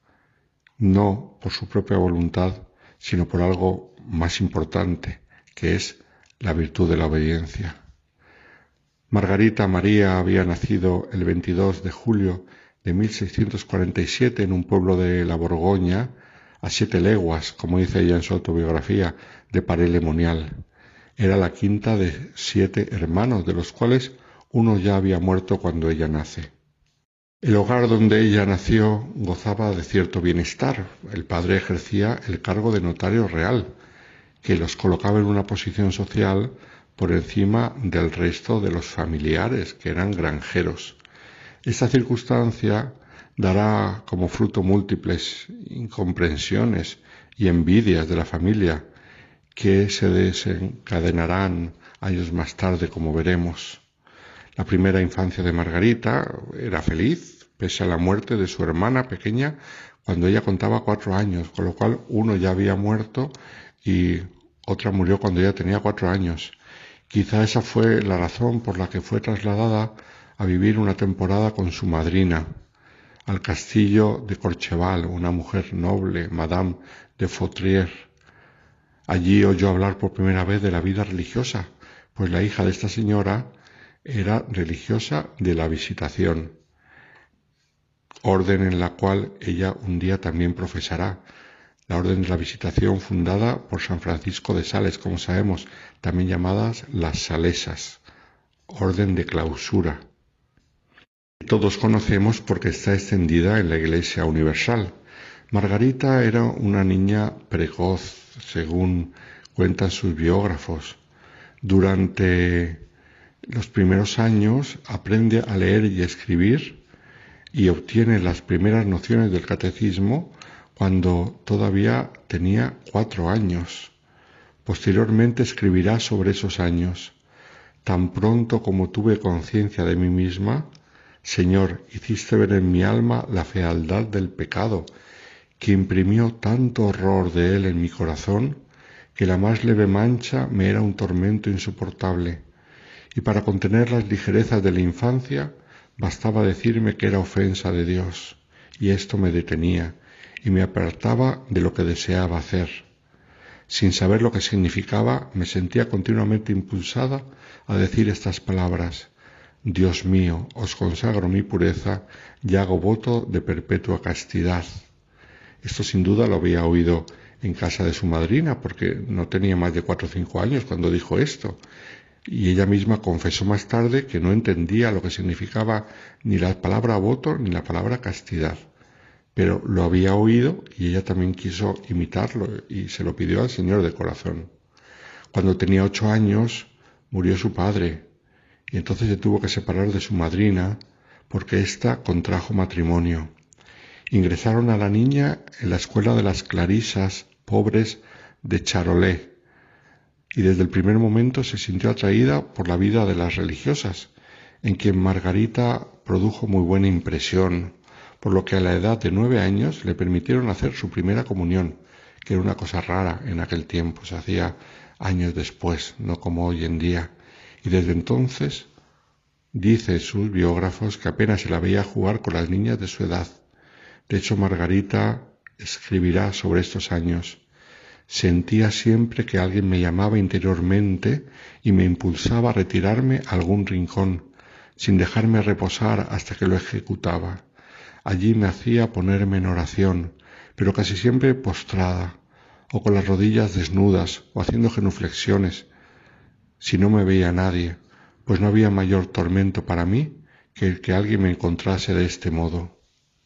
no por su propia voluntad, sino por algo más importante, que es la virtud de la obediencia. Margarita María había nacido el 22 de julio de 1647 en un pueblo de la Borgoña, a 7 leguas, como dice ella en su autobiografía, de Paray-le-Monial. Era la quinta de 7 hermanos, de los cuales uno ya había muerto cuando ella nace. El hogar donde ella nació gozaba de cierto bienestar. El padre ejercía el cargo de notario real, que los colocaba en una posición social por encima del resto de los familiares, que eran granjeros. Esta circunstancia dará como fruto múltiples incomprensiones y envidias de la familia, que se desencadenarán años más tarde, como veremos. La primera infancia de Margarita era feliz, pese a la muerte de su hermana pequeña cuando ella contaba 4 años, con lo cual uno ya había muerto y otra murió cuando ella tenía 4 años. Quizá esa fue la razón por la que fue trasladada a vivir una temporada con su madrina al castillo de Corcheval, una mujer noble, Madame de Fautrier. Allí oyó hablar por primera vez de la vida religiosa, pues la hija de esta señora era religiosa de la Visitación, orden en la cual ella un día también profesará. La orden de la Visitación fundada por San Francisco de Sales, como sabemos, también llamadas las Salesas, orden de clausura. Todos conocemos porque está extendida en la Iglesia Universal. Margarita era una niña precoz, según cuentan sus biógrafos. Durante los primeros años aprende a leer y escribir y obtiene las primeras nociones del catecismo cuando todavía tenía 4 años. Posteriormente escribirá sobre esos años. Tan pronto como tuve conciencia de mí misma, Señor, hiciste ver en mi alma la fealdad del pecado, que imprimió tanto horror de él en mi corazón, que la más leve mancha me era un tormento insoportable. Y para contener las ligerezas de la infancia, bastaba decirme que era ofensa de Dios, y esto me detenía, y me apartaba de lo que deseaba hacer. Sin saber lo que significaba, me sentía continuamente impulsada a decir estas palabras: Dios mío, os consagro mi pureza y hago voto de perpetua castidad. Esto sin duda lo había oído en casa de su madrina, porque no tenía más de 4 o 5 años cuando dijo esto. Y ella misma confesó más tarde que no entendía lo que significaba ni la palabra voto ni la palabra castidad. Pero lo había oído y ella también quiso imitarlo y se lo pidió al Señor de corazón. Cuando tenía 8 años murió su padre y entonces se tuvo que separar de su madrina porque ésta contrajo matrimonio. Ingresaron a la niña en la escuela de las clarisas pobres de Charolais y desde el primer momento se sintió atraída por la vida de las religiosas, en quien Margarita produjo muy buena impresión, por lo que a la edad de 9 años le permitieron hacer su primera comunión, que era una cosa rara en aquel tiempo, se hacía años después, no como hoy en día, y desde entonces dice sus biógrafos que apenas se la veía jugar con las niñas de su edad. De hecho, Margarita escribirá sobre estos años: sentía siempre que alguien me llamaba interiormente y me impulsaba a retirarme a algún rincón, sin dejarme reposar hasta que lo ejecutaba. Allí me hacía ponerme en oración, pero casi siempre postrada, o con las rodillas desnudas, o haciendo genuflexiones, si no me veía nadie, pues no había mayor tormento para mí que el que alguien me encontrase de este modo.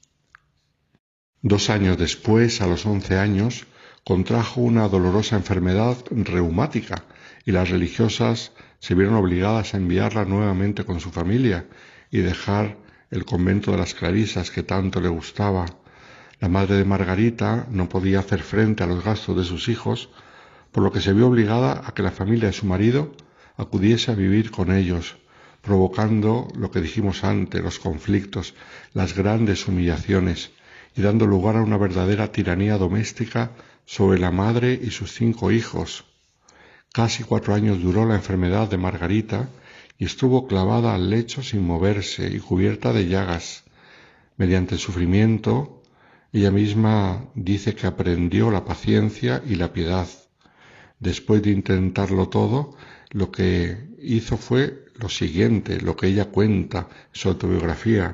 2 años después, a los 11 años, contrajo una dolorosa enfermedad reumática y las religiosas se vieron obligadas a enviarla nuevamente con su familia y dejar el convento de las Clarisas que tanto le gustaba. La madre de Margarita no podía hacer frente a los gastos de sus hijos, por lo que se vio obligada a que la familia de su marido acudiese a vivir con ellos, provocando lo que dijimos antes, los conflictos, las grandes humillaciones, y dando lugar a una verdadera tiranía doméstica sobre la madre y sus 5 hijos. Casi 4 años duró la enfermedad de Margarita y estuvo clavada al lecho sin moverse y cubierta de llagas. Mediante el sufrimiento, ella misma dice que aprendió la paciencia y la piedad. Después de intentarlo todo, lo que hizo fue lo siguiente, lo que ella cuenta en su autobiografía.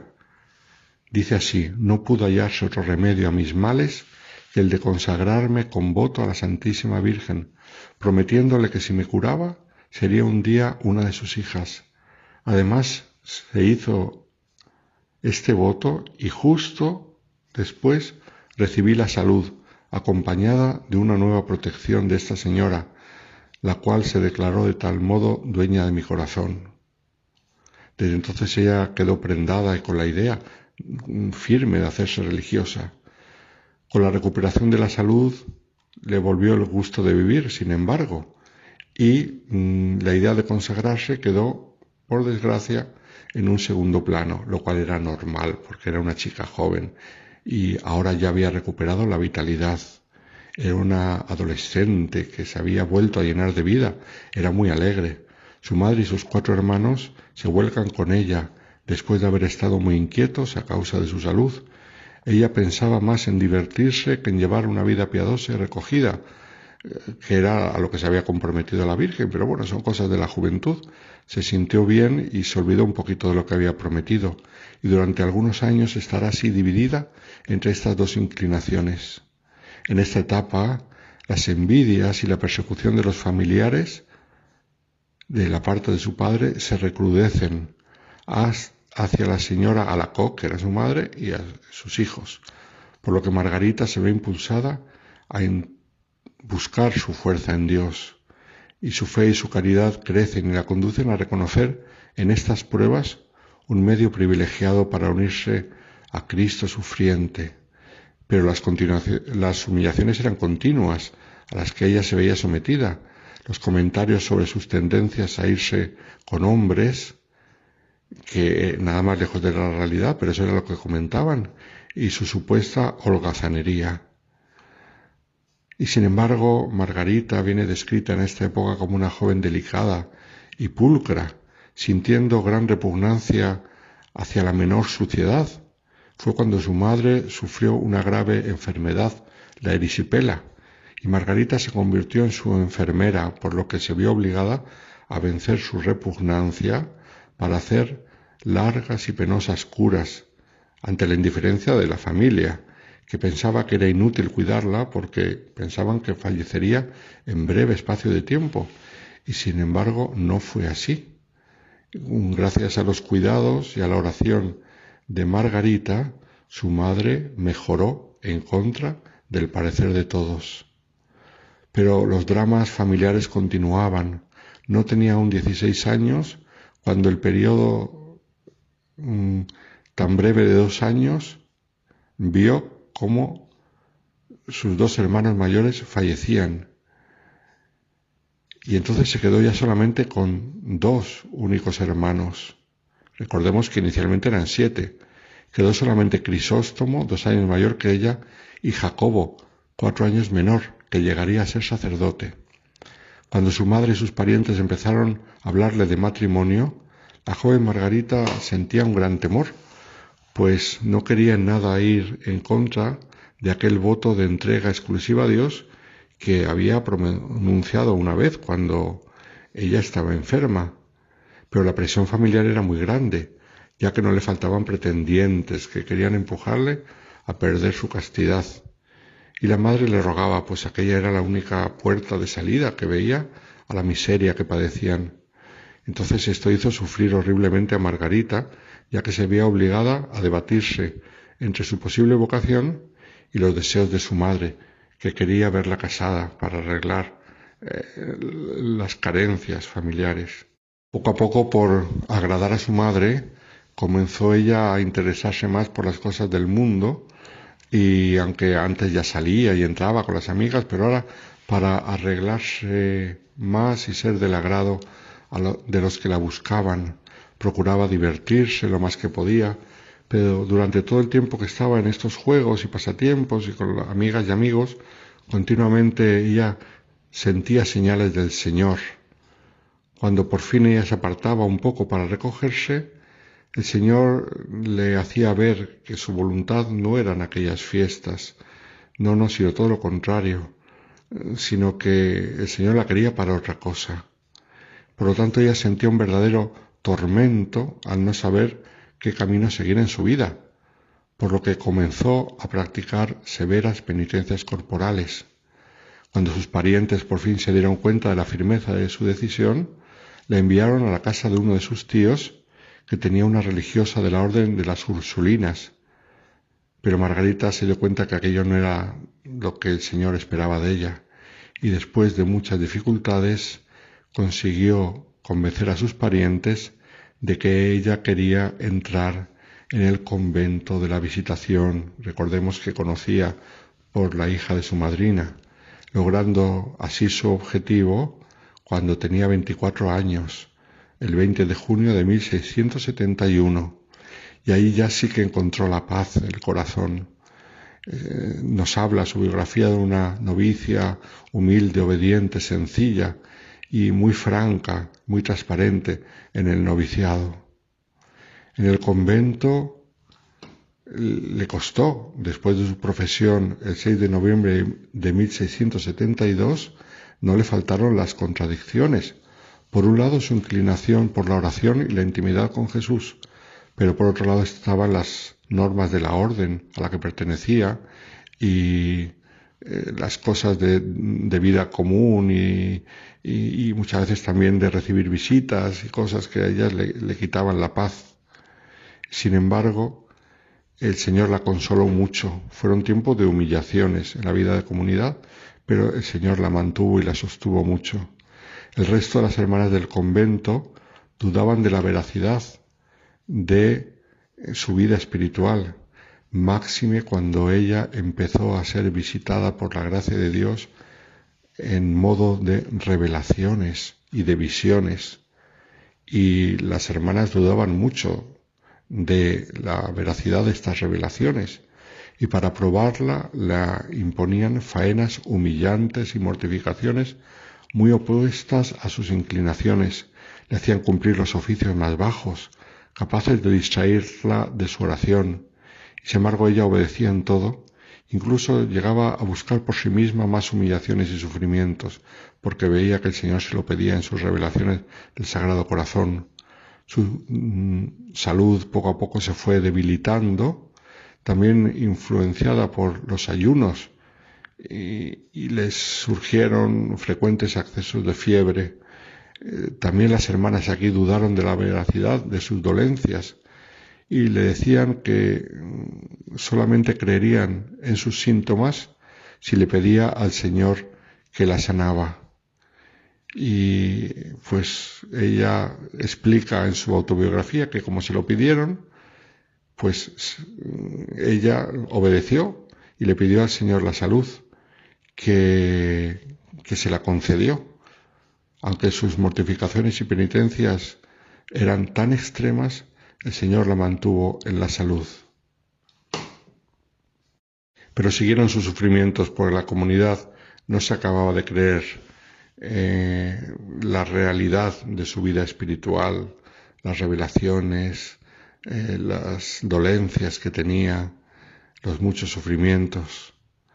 Dice así: no pudo hallarse otro remedio a mis males que el de consagrarme con voto a la Santísima Virgen, prometiéndole que si me curaba, sería un día una de sus hijas. Además, se hizo este voto y justo después recibí la salud, acompañada de una nueva protección de esta señora, la cual se declaró de tal modo dueña de mi corazón. Desde entonces ella quedó prendada y con la idea firme de hacerse religiosa. Con la recuperación de la salud le volvió el gusto de vivir, sin embargo, y la idea de consagrarse quedó, por desgracia, en un segundo plano, lo cual era normal, porque era una chica joven y ahora ya había recuperado la vitalidad. Era una adolescente que se había vuelto a llenar de vida, era muy alegre. Su madre y sus 4 hermanos se vuelcan con ella, después de haber estado muy inquietos a causa de su salud. Ella pensaba más en divertirse que en llevar una vida piadosa y recogida, que era a lo que se había comprometido la Virgen, pero bueno, son cosas de la juventud. Se sintió bien y se olvidó un poquito de lo que había prometido, y durante algunos años estará así dividida entre estas 2 inclinaciones. En esta etapa, las envidias y la persecución de los familiares de la parte de su padre se recrudecen hacia la señora Alacoque, que era su madre, y a sus hijos, por lo que Margarita se ve impulsada a buscar su fuerza en Dios, y su fe y su caridad crecen y la conducen a reconocer en estas pruebas un medio privilegiado para unirse a Cristo sufriente. Pero las humillaciones eran continuas, a las que ella se veía sometida. Los comentarios sobre sus tendencias a irse con hombres, que nada más lejos de la realidad, pero eso era lo que comentaban, y su supuesta holgazanería. Y sin embargo, Margarita viene descrita en esta época como una joven delicada y pulcra, sintiendo gran repugnancia hacia la menor suciedad. Fue cuando su madre sufrió una grave enfermedad, la erisipela, y Margarita se convirtió en su enfermera, por lo que se vio obligada a vencer su repugnancia para hacer largas y penosas curas ante la indiferencia de la familia, que pensaba que era inútil cuidarla porque pensaban que fallecería en breve espacio de tiempo, y sin embargo no fue así. Gracias a los cuidados y a la oración de Margarita, su madre mejoró en contra del parecer de todos. Pero los dramas familiares continuaban. No tenía aún 16 años cuando el periodo tan breve de 2 años vio cómo sus 2 hermanos mayores fallecían. Y entonces se quedó ya solamente con 2 únicos hermanos. Recordemos que inicialmente eran 7. Quedó solamente Crisóstomo, 2 años mayor que ella, y Jacobo, 4 años menor, que llegaría a ser sacerdote. Cuando su madre y sus parientes empezaron a hablarle de matrimonio, la joven Margarita sentía un gran temor, pues no quería en nada ir en contra de aquel voto de entrega exclusiva a Dios que había pronunciado una vez cuando ella estaba enferma. Pero la presión familiar era muy grande, ya que no le faltaban pretendientes que querían empujarle a perder su castidad. Y la madre le rogaba, pues aquella era la única puerta de salida que veía a la miseria que padecían. Entonces esto hizo sufrir horriblemente a Margarita, ya que se veía obligada a debatirse entre su posible vocación y los deseos de su madre, que quería verla casada para arreglar las carencias familiares. Poco a poco, por agradar a su madre, comenzó ella a interesarse más por las cosas del mundo, y aunque antes ya salía y entraba con las amigas, pero ahora para arreglarse más y ser del agrado de los que la buscaban, procuraba divertirse lo más que podía, pero durante todo el tiempo que estaba en estos juegos y pasatiempos y con amigas y amigos, continuamente ella sentía señales del Señor. Cuando por fin ella se apartaba un poco para recogerse, el Señor le hacía ver que su voluntad no eran aquellas fiestas, no, sino todo lo contrario, sino que el Señor la quería para otra cosa. Por lo tanto, ella sentía un verdadero tormento al no saber qué camino seguir en su vida, por lo que comenzó a practicar severas penitencias corporales. Cuando sus parientes por fin se dieron cuenta de la firmeza de su decisión, la enviaron a la casa de uno de sus tíos, que tenía una religiosa de la orden de las Ursulinas. Pero Margarita se dio cuenta que aquello no era lo que el Señor esperaba de ella, y después de muchas dificultades consiguió convencer a sus parientes de que ella quería entrar en el convento de la Visitación. Recordemos que conocía por la hija de su madrina, logrando así su objetivo cuando tenía 24 años, el 20 de junio de 1671, y ahí ya sí que encontró la paz, el corazón. Nos habla su biografía de una novicia humilde, obediente, sencilla y muy franca, muy transparente en el noviciado. En el convento le costó, después de su profesión el 6 de noviembre de 1672, no le faltaron las contradicciones. Por un lado, su inclinación por la oración y la intimidad con Jesús, pero por otro lado estaban las normas de la orden a la que pertenecía y las cosas de vida común y muchas veces también de recibir visitas y cosas que a ellas le quitaban la paz. Sin embargo, el Señor la consoló mucho. Fueron tiempos de humillaciones en la vida de comunidad, pero el Señor la mantuvo y la sostuvo mucho. El resto de las hermanas del convento dudaban de la veracidad de su vida espiritual, máxime cuando ella empezó a ser visitada por la gracia de Dios en modo de revelaciones y de visiones. Y las hermanas dudaban mucho de la veracidad de estas revelaciones, y para probarla la imponían faenas humillantes y mortificaciones muy opuestas a sus inclinaciones. Le hacían cumplir los oficios más bajos, capaces de distraerla de su oración. Y sin embargo ella obedecía en todo, Incluso llegaba a buscar por sí misma más humillaciones y sufrimientos, porque veía que el Señor se lo pedía en sus revelaciones del Sagrado Corazón. Su salud poco a poco se fue debilitando, también influenciada por los ayunos, y les surgieron frecuentes accesos de fiebre. También las hermanas aquí dudaron de la veracidad de sus dolencias y le decían que solamente creerían en sus síntomas si le pedía al Señor que la sanaba. Y pues ella explica en su autobiografía que como se lo pidieron, pues ella obedeció y le pidió al Señor la salud, que se la concedió, aunque sus mortificaciones y penitencias eran tan extremas, el Señor la mantuvo en la salud. Pero siguieron sus sufrimientos porque la comunidad no se acababa de creer la realidad de su vida espiritual, las revelaciones, las dolencias que tenía, los muchos sufrimientos.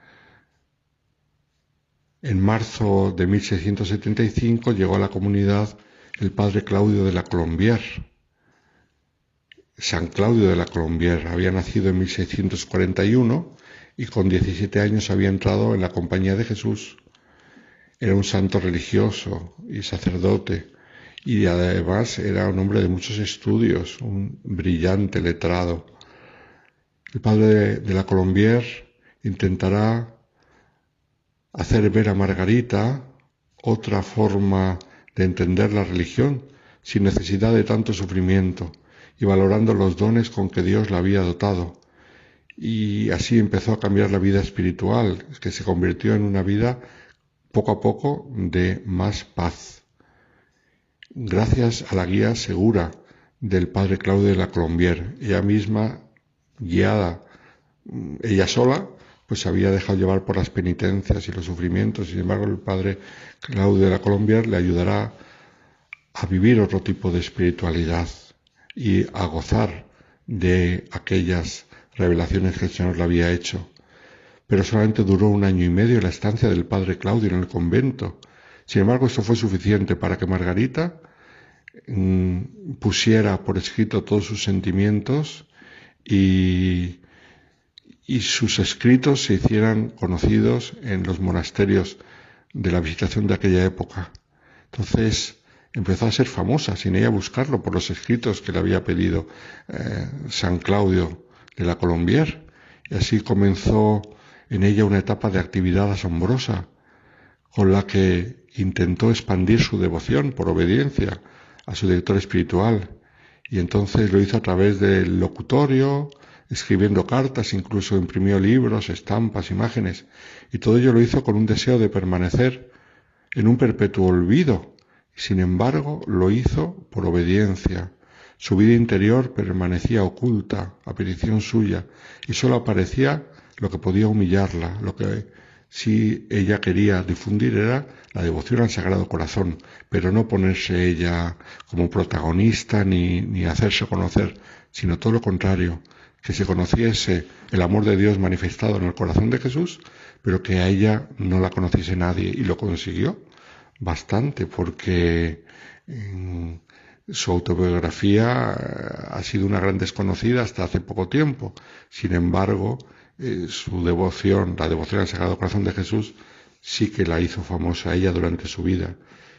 En marzo de 1675 llegó a la comunidad el padre Claudio de la Colombière. San Claudio de la Colombière había nacido en 1641 y con 17 años había entrado en la Compañía de Jesús. Era un santo religioso y sacerdote, y además era un hombre de muchos estudios, un brillante letrado. El padre de la Colombière intentará hacer ver a Margarita otra forma de entender la religión, sin necesidad de tanto sufrimiento, y valorando los dones con que Dios la había dotado. Y así empezó a cambiar la vida espiritual, que se convirtió en una vida poco a poco de más paz. Gracias a la guía segura del padre Claudio de la Colombière, ella misma, guiada, ella sola, pues se había dejado llevar por las penitencias y los sufrimientos. Sin embargo, el padre Claudio de la Colombière le ayudará a vivir otro tipo de espiritualidad y a gozar de aquellas revelaciones que el Señor le había hecho. Pero solamente duró 1 año y medio la estancia del padre Claudio en el convento. Sin embargo, esto fue suficiente para que Margarita pusiera por escrito todos sus sentimientos y sus escritos se hicieran conocidos en los monasterios de la Visitación de aquella época. Entonces empezó a ser famosa, sin ella buscarlo, por los escritos que le había pedido San Claudio de la Colombière, y así comenzó en ella una etapa de actividad asombrosa, con la que intentó expandir su devoción por obediencia a su director espiritual, y entonces lo hizo a través del locutorio, escribiendo cartas, incluso imprimió libros, estampas, imágenes, y todo ello lo hizo con un deseo de permanecer en un perpetuo olvido. Sin embargo, lo hizo por obediencia. Su vida interior permanecía oculta a petición suya, y solo aparecía lo que podía humillarla. Lo que sí ella quería difundir era la devoción al Sagrado Corazón, pero no ponerse ella como protagonista ni hacerse conocer, sino todo lo contrario, que se conociese el amor de Dios manifestado en el corazón de Jesús, pero que a ella no la conociese nadie, y lo consiguió bastante, porque su autobiografía ha sido una gran desconocida hasta hace poco tiempo. Sin embargo, su devoción, la devoción al Sagrado Corazón de Jesús, sí que la hizo famosa a ella durante su vida.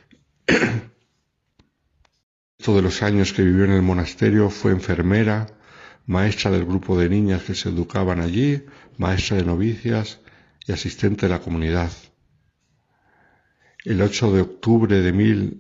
Todos los años que vivió en el monasterio fue enfermera, maestra del grupo de niñas que se educaban allí, maestra de novicias y asistente de la comunidad. El 8 de octubre de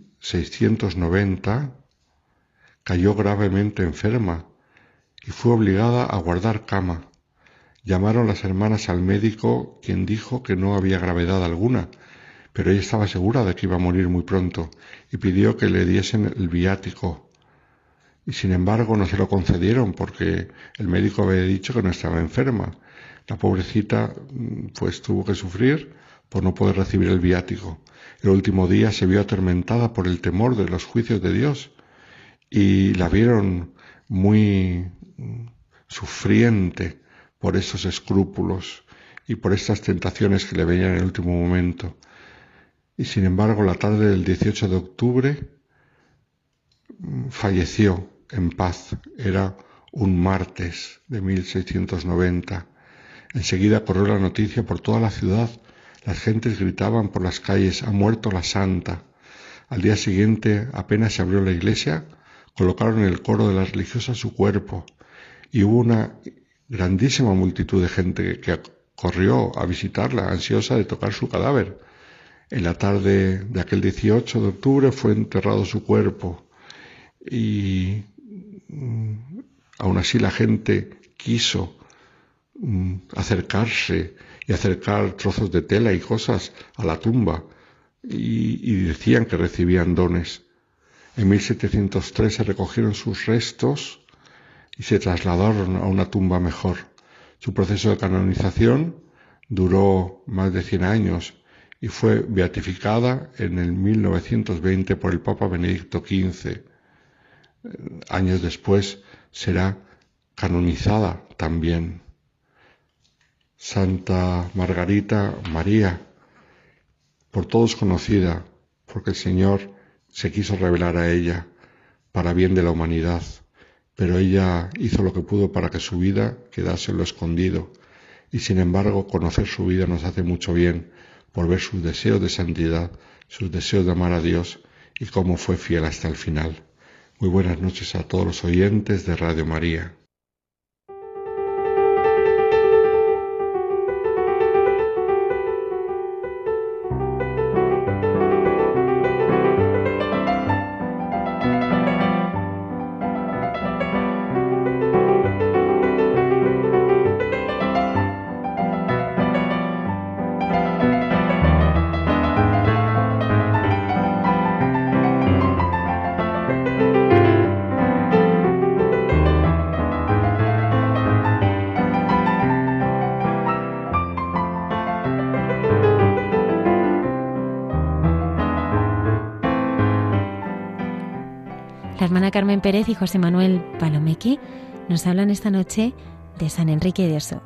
1690 cayó gravemente enferma y fue obligada a guardar cama. Llamaron las hermanas al médico, quien dijo que no había gravedad alguna, pero ella estaba segura de que iba a morir muy pronto y pidió que le diesen el viático. Y sin embargo no se lo concedieron porque el médico había dicho que no estaba enferma. La pobrecita pues tuvo que sufrir por no poder recibir el viático. El último día se vio atormentada por el temor de los juicios de Dios y la vieron muy sufriente por esos escrúpulos, y por estas tentaciones que le venían en el último momento. Y sin embargo, la tarde del 18 de octubre falleció en paz. Era un martes de 1690. Enseguida corrió la noticia por toda la ciudad. Las gentes gritaban por las calles: «Ha muerto la santa». Al día siguiente, apenas se abrió la iglesia, colocaron en el coro de las religiosas su cuerpo y hubo una grandísima multitud de gente que corrió a visitarla, ansiosa de tocar su cadáver. En la tarde de aquel 18 de octubre fue enterrado su cuerpo y aún así la gente quiso acercarse y acercar trozos de tela y cosas a la tumba y decían que recibían dones. En 1703 se recogieron sus restos y se trasladaron a una tumba mejor. Su proceso de canonización duró más de 100 años y fue beatificada en el 1920 por el Papa Benedicto XV. Años después será canonizada también. Santa Margarita María, por todos conocida, porque el Señor se quiso revelar a ella para bien de la humanidad, pero ella hizo lo que pudo para que su vida quedase en lo escondido, y sin embargo conocer su vida nos hace mucho bien por ver sus deseos de santidad, sus deseos de amar a Dios y cómo fue fiel hasta el final. Muy buenas noches a todos los oyentes de Radio María. La hermana Carmen Pérez y José Manuel Palomeque nos hablan esta noche de San Enrique de Osó.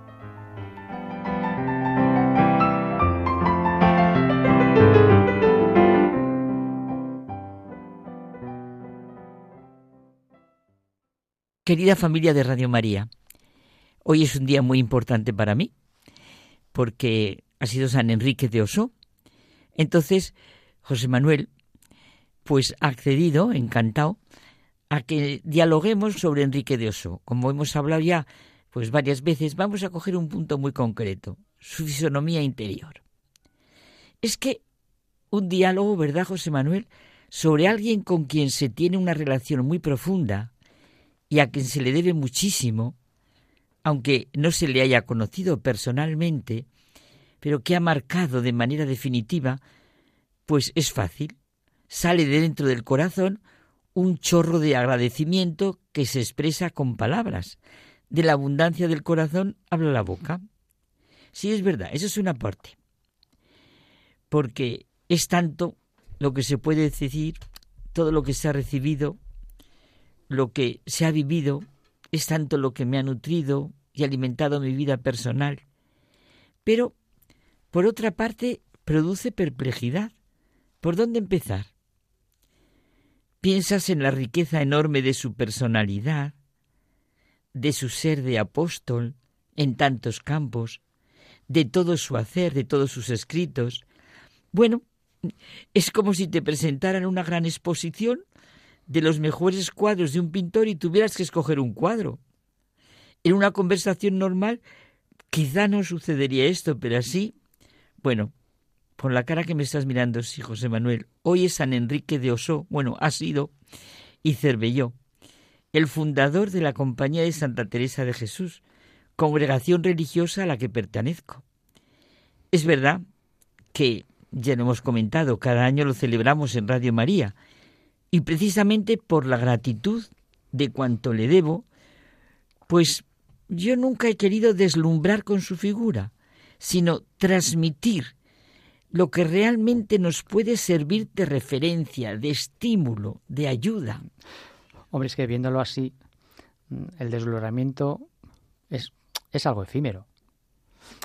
Querida familia de Radio María, hoy es un día muy importante para mí, porque ha sido San Enrique de Osó. Entonces, José Manuel, pues ha accedido, encantado, a que dialoguemos sobre Enrique de Osó. Como hemos hablado ya pues varias veces, vamos a coger un punto muy concreto, su fisonomía interior. Es que un diálogo, ¿verdad, José Manuel?, sobre alguien con quien se tiene una relación muy profunda y a quien se le debe muchísimo, aunque no se le haya conocido personalmente, pero que ha marcado de manera definitiva, pues es fácil. Sale de dentro del corazón un chorro de agradecimiento que se expresa con palabras. De la abundancia del corazón habla la boca. Sí, es verdad, eso es una parte. Porque es tanto lo que se puede decir, todo lo que se ha recibido, lo que se ha vivido, es tanto lo que me ha nutrido y alimentado mi vida personal. Pero, por otra parte, produce perplejidad. ¿Por dónde empezar? Piensas en la riqueza enorme de su personalidad, de su ser de apóstol en tantos campos, de todo su hacer, de todos sus escritos. Bueno, es como si te presentaran una gran exposición de los mejores cuadros de un pintor y tuvieras que escoger un cuadro. En una conversación normal quizá no sucedería esto, pero así, bueno, por la cara que me estás mirando, sí, José Manuel, hoy es San Enrique de Osó, bueno, ha sido, y Cervelló, el fundador de la Compañía de Santa Teresa de Jesús, congregación religiosa a la que pertenezco. Es verdad que, ya lo hemos comentado, cada año lo celebramos en Radio María, y precisamente por la gratitud de cuanto le debo, pues yo nunca he querido deslumbrar con su figura, sino transmitir lo que realmente nos puede servir de referencia, de estímulo, de ayuda. Hombre, es que viéndolo así, el deslumbramiento es algo efímero.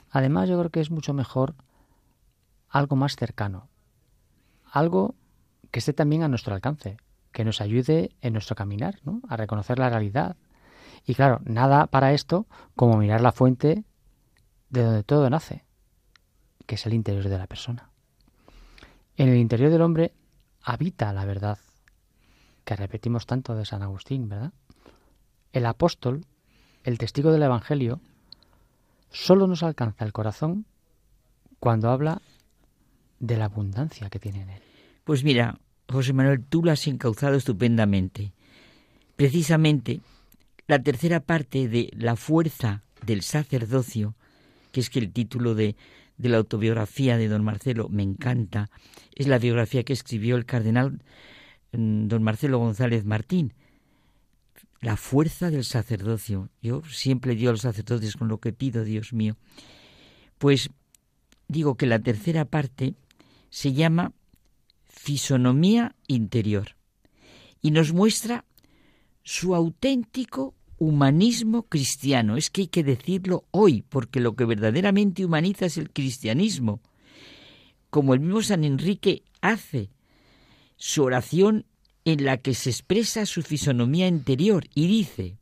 Además, yo creo que es mucho mejor algo más cercano, algo que esté también a nuestro alcance, que nos ayude en nuestro caminar, ¿no? A reconocer la realidad. Y claro, nada para esto como mirar la fuente de donde todo nace, que es el interior de la persona. En el interior del hombre habita la verdad, que repetimos tanto de San Agustín, ¿verdad? El apóstol, el testigo del Evangelio, solo nos alcanza el corazón cuando habla de la abundancia que tiene en él. Pues mira, José Manuel, tú lo has encauzado estupendamente. Precisamente, la tercera parte de La fuerza del sacerdocio, que es que el título de la autobiografía de don Marcelo me encanta, es la biografía que escribió el cardenal don Marcelo González Martín. La fuerza del sacerdocio. Yo siempre digo a los sacerdotes con lo que pido, Dios mío. Pues digo que la tercera parte se llama Fisonomía interior y nos muestra su auténtico humanismo cristiano. Es que hay que decirlo hoy, porque lo que verdaderamente humaniza es el cristianismo. Como el mismo San Enrique hace su oración en la que se expresa su fisonomía interior y dice: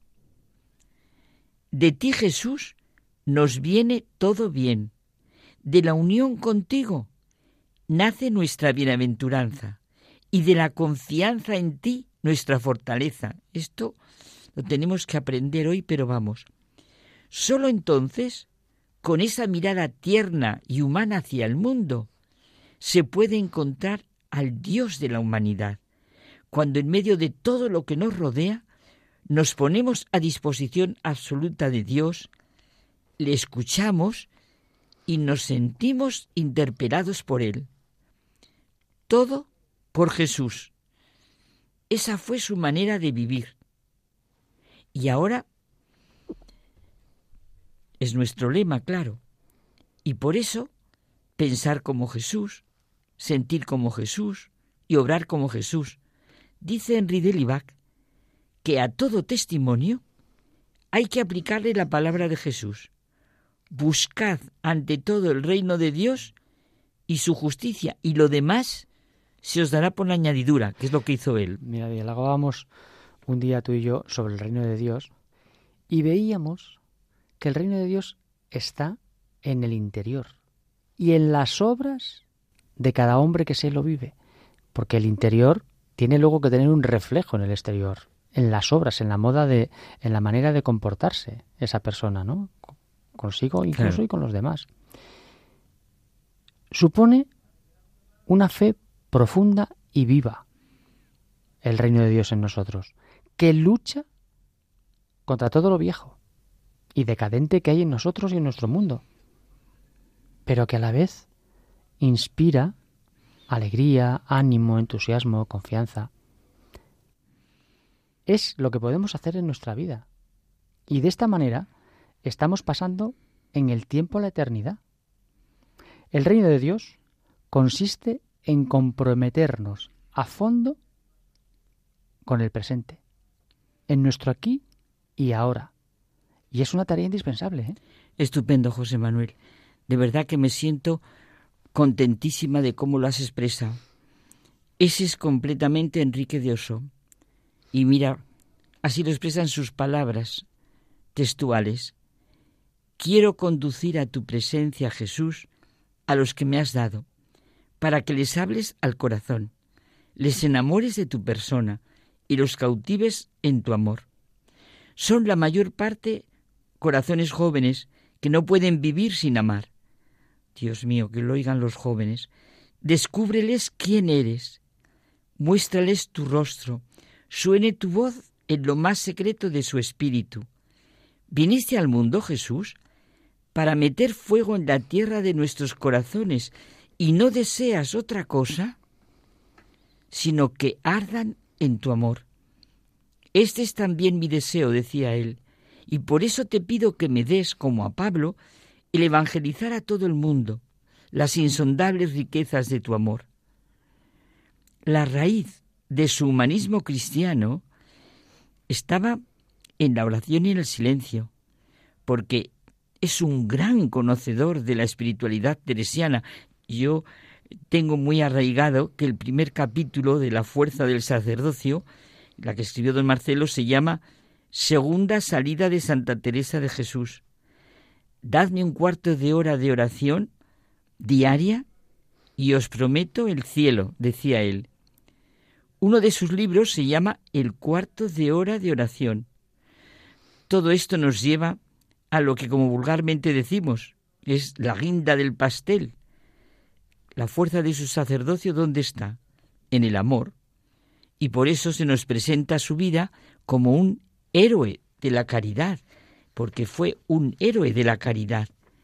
de ti, Jesús, nos viene todo bien. De la unión contigo nace nuestra bienaventuranza y de la confianza en ti nuestra fortaleza. Esto lo tenemos que aprender hoy, pero vamos. Solo entonces, con esa mirada tierna y humana hacia el mundo, se puede encontrar al Dios de la humanidad, cuando en medio de todo lo que nos rodea nos ponemos a disposición absoluta de Dios, le escuchamos y nos sentimos interpelados por Él. Todo por Jesús. Esa fue su manera de vivir. Y ahora es nuestro lema, claro. Y por eso pensar como Jesús, sentir como Jesús y obrar como Jesús. Dice Henri de Libac que a todo testimonio hay que aplicarle la palabra de Jesús. Buscad ante todo el reino de Dios y su justicia, y lo demás se os dará por añadidura, que es lo que hizo él. Mira, dialogábamos un día tú y yo sobre el reino de Dios y veíamos que el reino de Dios está en el interior y en las obras de cada hombre que se lo vive, porque el interior tiene luego que tener un reflejo en el exterior, en las obras, en la en la manera de comportarse esa persona, ¿no? Consigo incluso, claro, y con los demás. Supone una fe profunda y viva el reino de Dios en nosotros, que lucha contra todo lo viejo y decadente que hay en nosotros y en nuestro mundo, pero que a la vez inspira alegría, ánimo, entusiasmo, confianza. Es lo que podemos hacer en nuestra vida. Y de esta manera estamos pasando en el tiempo a la eternidad. El reino de Dios consiste en comprometernos a fondo con el presente, en nuestro aquí y ahora. Y es una tarea indispensable, ¿eh? Estupendo, José Manuel. De verdad que me siento contentísima de cómo lo has expresado. Ese es completamente Enrique de Ossó. Y mira, así lo expresan sus palabras textuales. Quiero conducir a tu presencia, Jesús, a los que me has dado, para que les hables al corazón, les enamores de tu persona y los cautives en tu amor. Son la mayor parte corazones jóvenes que no pueden vivir sin amar. Dios mío, que lo oigan los jóvenes. Descúbreles quién eres, muéstrales tu rostro, suene tu voz en lo más secreto de su espíritu. Viniste al mundo, Jesús, para meter fuego en la tierra de nuestros corazones, y no deseas otra cosa, sino que ardan en tu amor. Este es también mi deseo, decía él, y por eso te pido que me des, como a Pablo, el evangelizar a todo el mundo las insondables riquezas de tu amor. La raíz de su humanismo cristiano estaba en la oración y en el silencio, porque es un gran conocedor de la espiritualidad teresiana. Yo tengo muy arraigado que el primer capítulo de La fuerza del sacerdocio, la que escribió don Marcelo, se llama Segunda salida de Santa Teresa de Jesús. Dadme un cuarto de hora de oración diaria y os prometo el cielo, decía él. Uno de sus libros se llama El cuarto de hora de oración. Todo esto nos lleva a lo que, como vulgarmente decimos, es la guinda del pastel. La fuerza de su sacerdocio, ¿dónde está? En el amor. Y por eso se nos presenta su vida como un héroe de la caridad, porque fue un héroe de la caridad.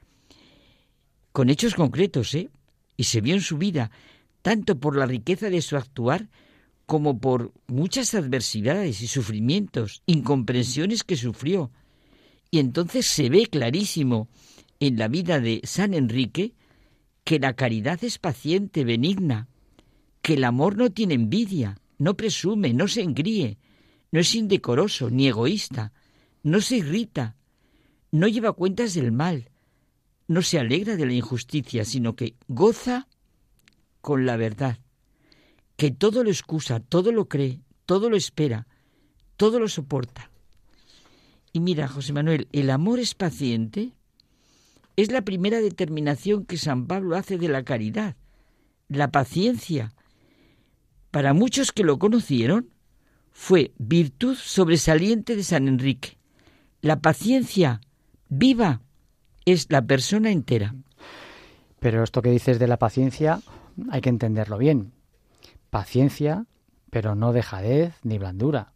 Con hechos concretos, y se vio en su vida, tanto por la riqueza de su actuar, como por muchas adversidades y sufrimientos, incomprensiones que sufrió. Y entonces se ve clarísimo en la vida de San Enrique que la caridad es paciente, benigna, que el amor no tiene envidia, no presume, no se engríe, no es indecoroso ni egoísta, no se irrita, no lleva cuentas del mal, no se alegra de la injusticia, sino que goza con la verdad, que todo lo excusa, todo lo cree, todo lo espera, todo lo soporta. Y mira, José Manuel, el amor es paciente. Es la primera determinación que San Pablo hace de la caridad, la paciencia. Para muchos que lo conocieron, fue virtud sobresaliente de San Enrique. La paciencia viva es la persona entera. Pero esto que dices de la paciencia hay que entenderlo bien. Paciencia, pero no dejadez ni blandura.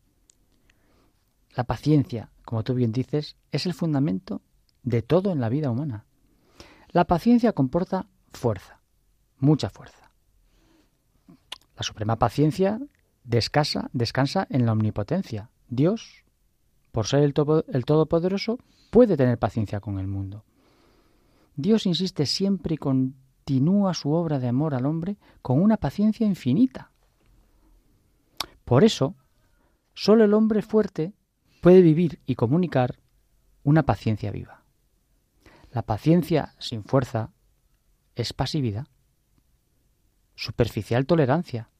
La paciencia, como tú bien dices, es el fundamento de todo en la vida humana. La paciencia comporta fuerza, mucha fuerza. La suprema paciencia descansa en la omnipotencia. Dios, por ser el Todopoderoso, puede tener paciencia con el mundo. Dios insiste siempre y continúa su obra de amor al hombre con una paciencia infinita. Por eso, solo el hombre fuerte puede vivir y comunicar una paciencia viva. La paciencia sin fuerza es pasividad, superficial tolerancia,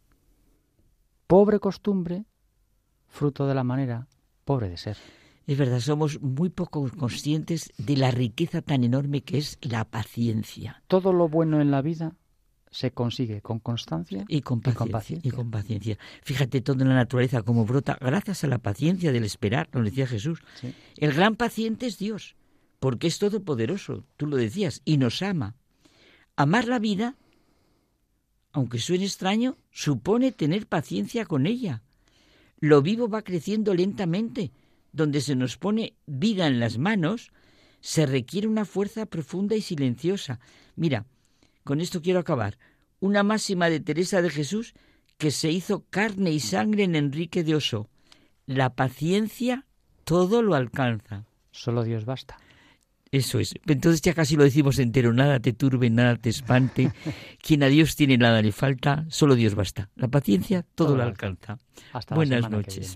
pobre costumbre, fruto de la manera pobre de ser. Es verdad, somos muy poco conscientes de la riqueza tan enorme que es la paciencia. Todo lo bueno en la vida se consigue con constancia y con paciencia. Fíjate todo en la naturaleza como brota gracias a la paciencia del esperar, lo decía Jesús. Sí. El gran paciente es Dios, porque es todopoderoso, tú lo decías, y nos ama. Amar la vida, aunque suene extraño, supone tener paciencia con ella. Lo vivo va creciendo lentamente. Donde se nos pone vida en las manos, se requiere una fuerza profunda y silenciosa. Mira, con esto quiero acabar. Una máxima de Teresa de Jesús que se hizo carne y sangre en Enrique de Osó. La paciencia todo lo alcanza. Solo Dios basta. Eso es. Entonces ya casi lo decimos entero. Nada te turbe, nada te espante. Quien a Dios tiene nada le falta, solo Dios basta. La paciencia todo lo alcanza. Hasta Buenas noches.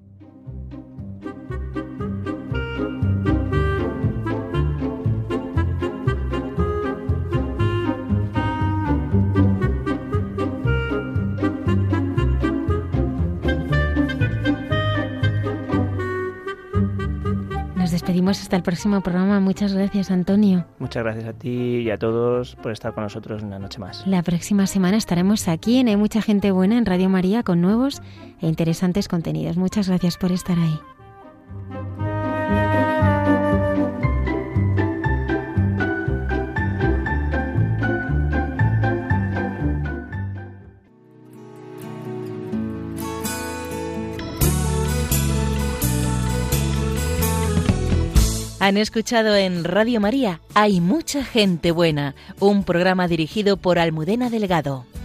Nos despedimos hasta el próximo programa. Muchas gracias, Antonio. Muchas gracias a ti y a todos por estar con nosotros una noche más. La próxima semana estaremos aquí en Hay Mucha Gente Buena en Radio María con nuevos e interesantes contenidos. Muchas gracias por estar ahí. Han escuchado en Radio María Hay Mucha Gente Buena, un programa dirigido por Almudena Delgado.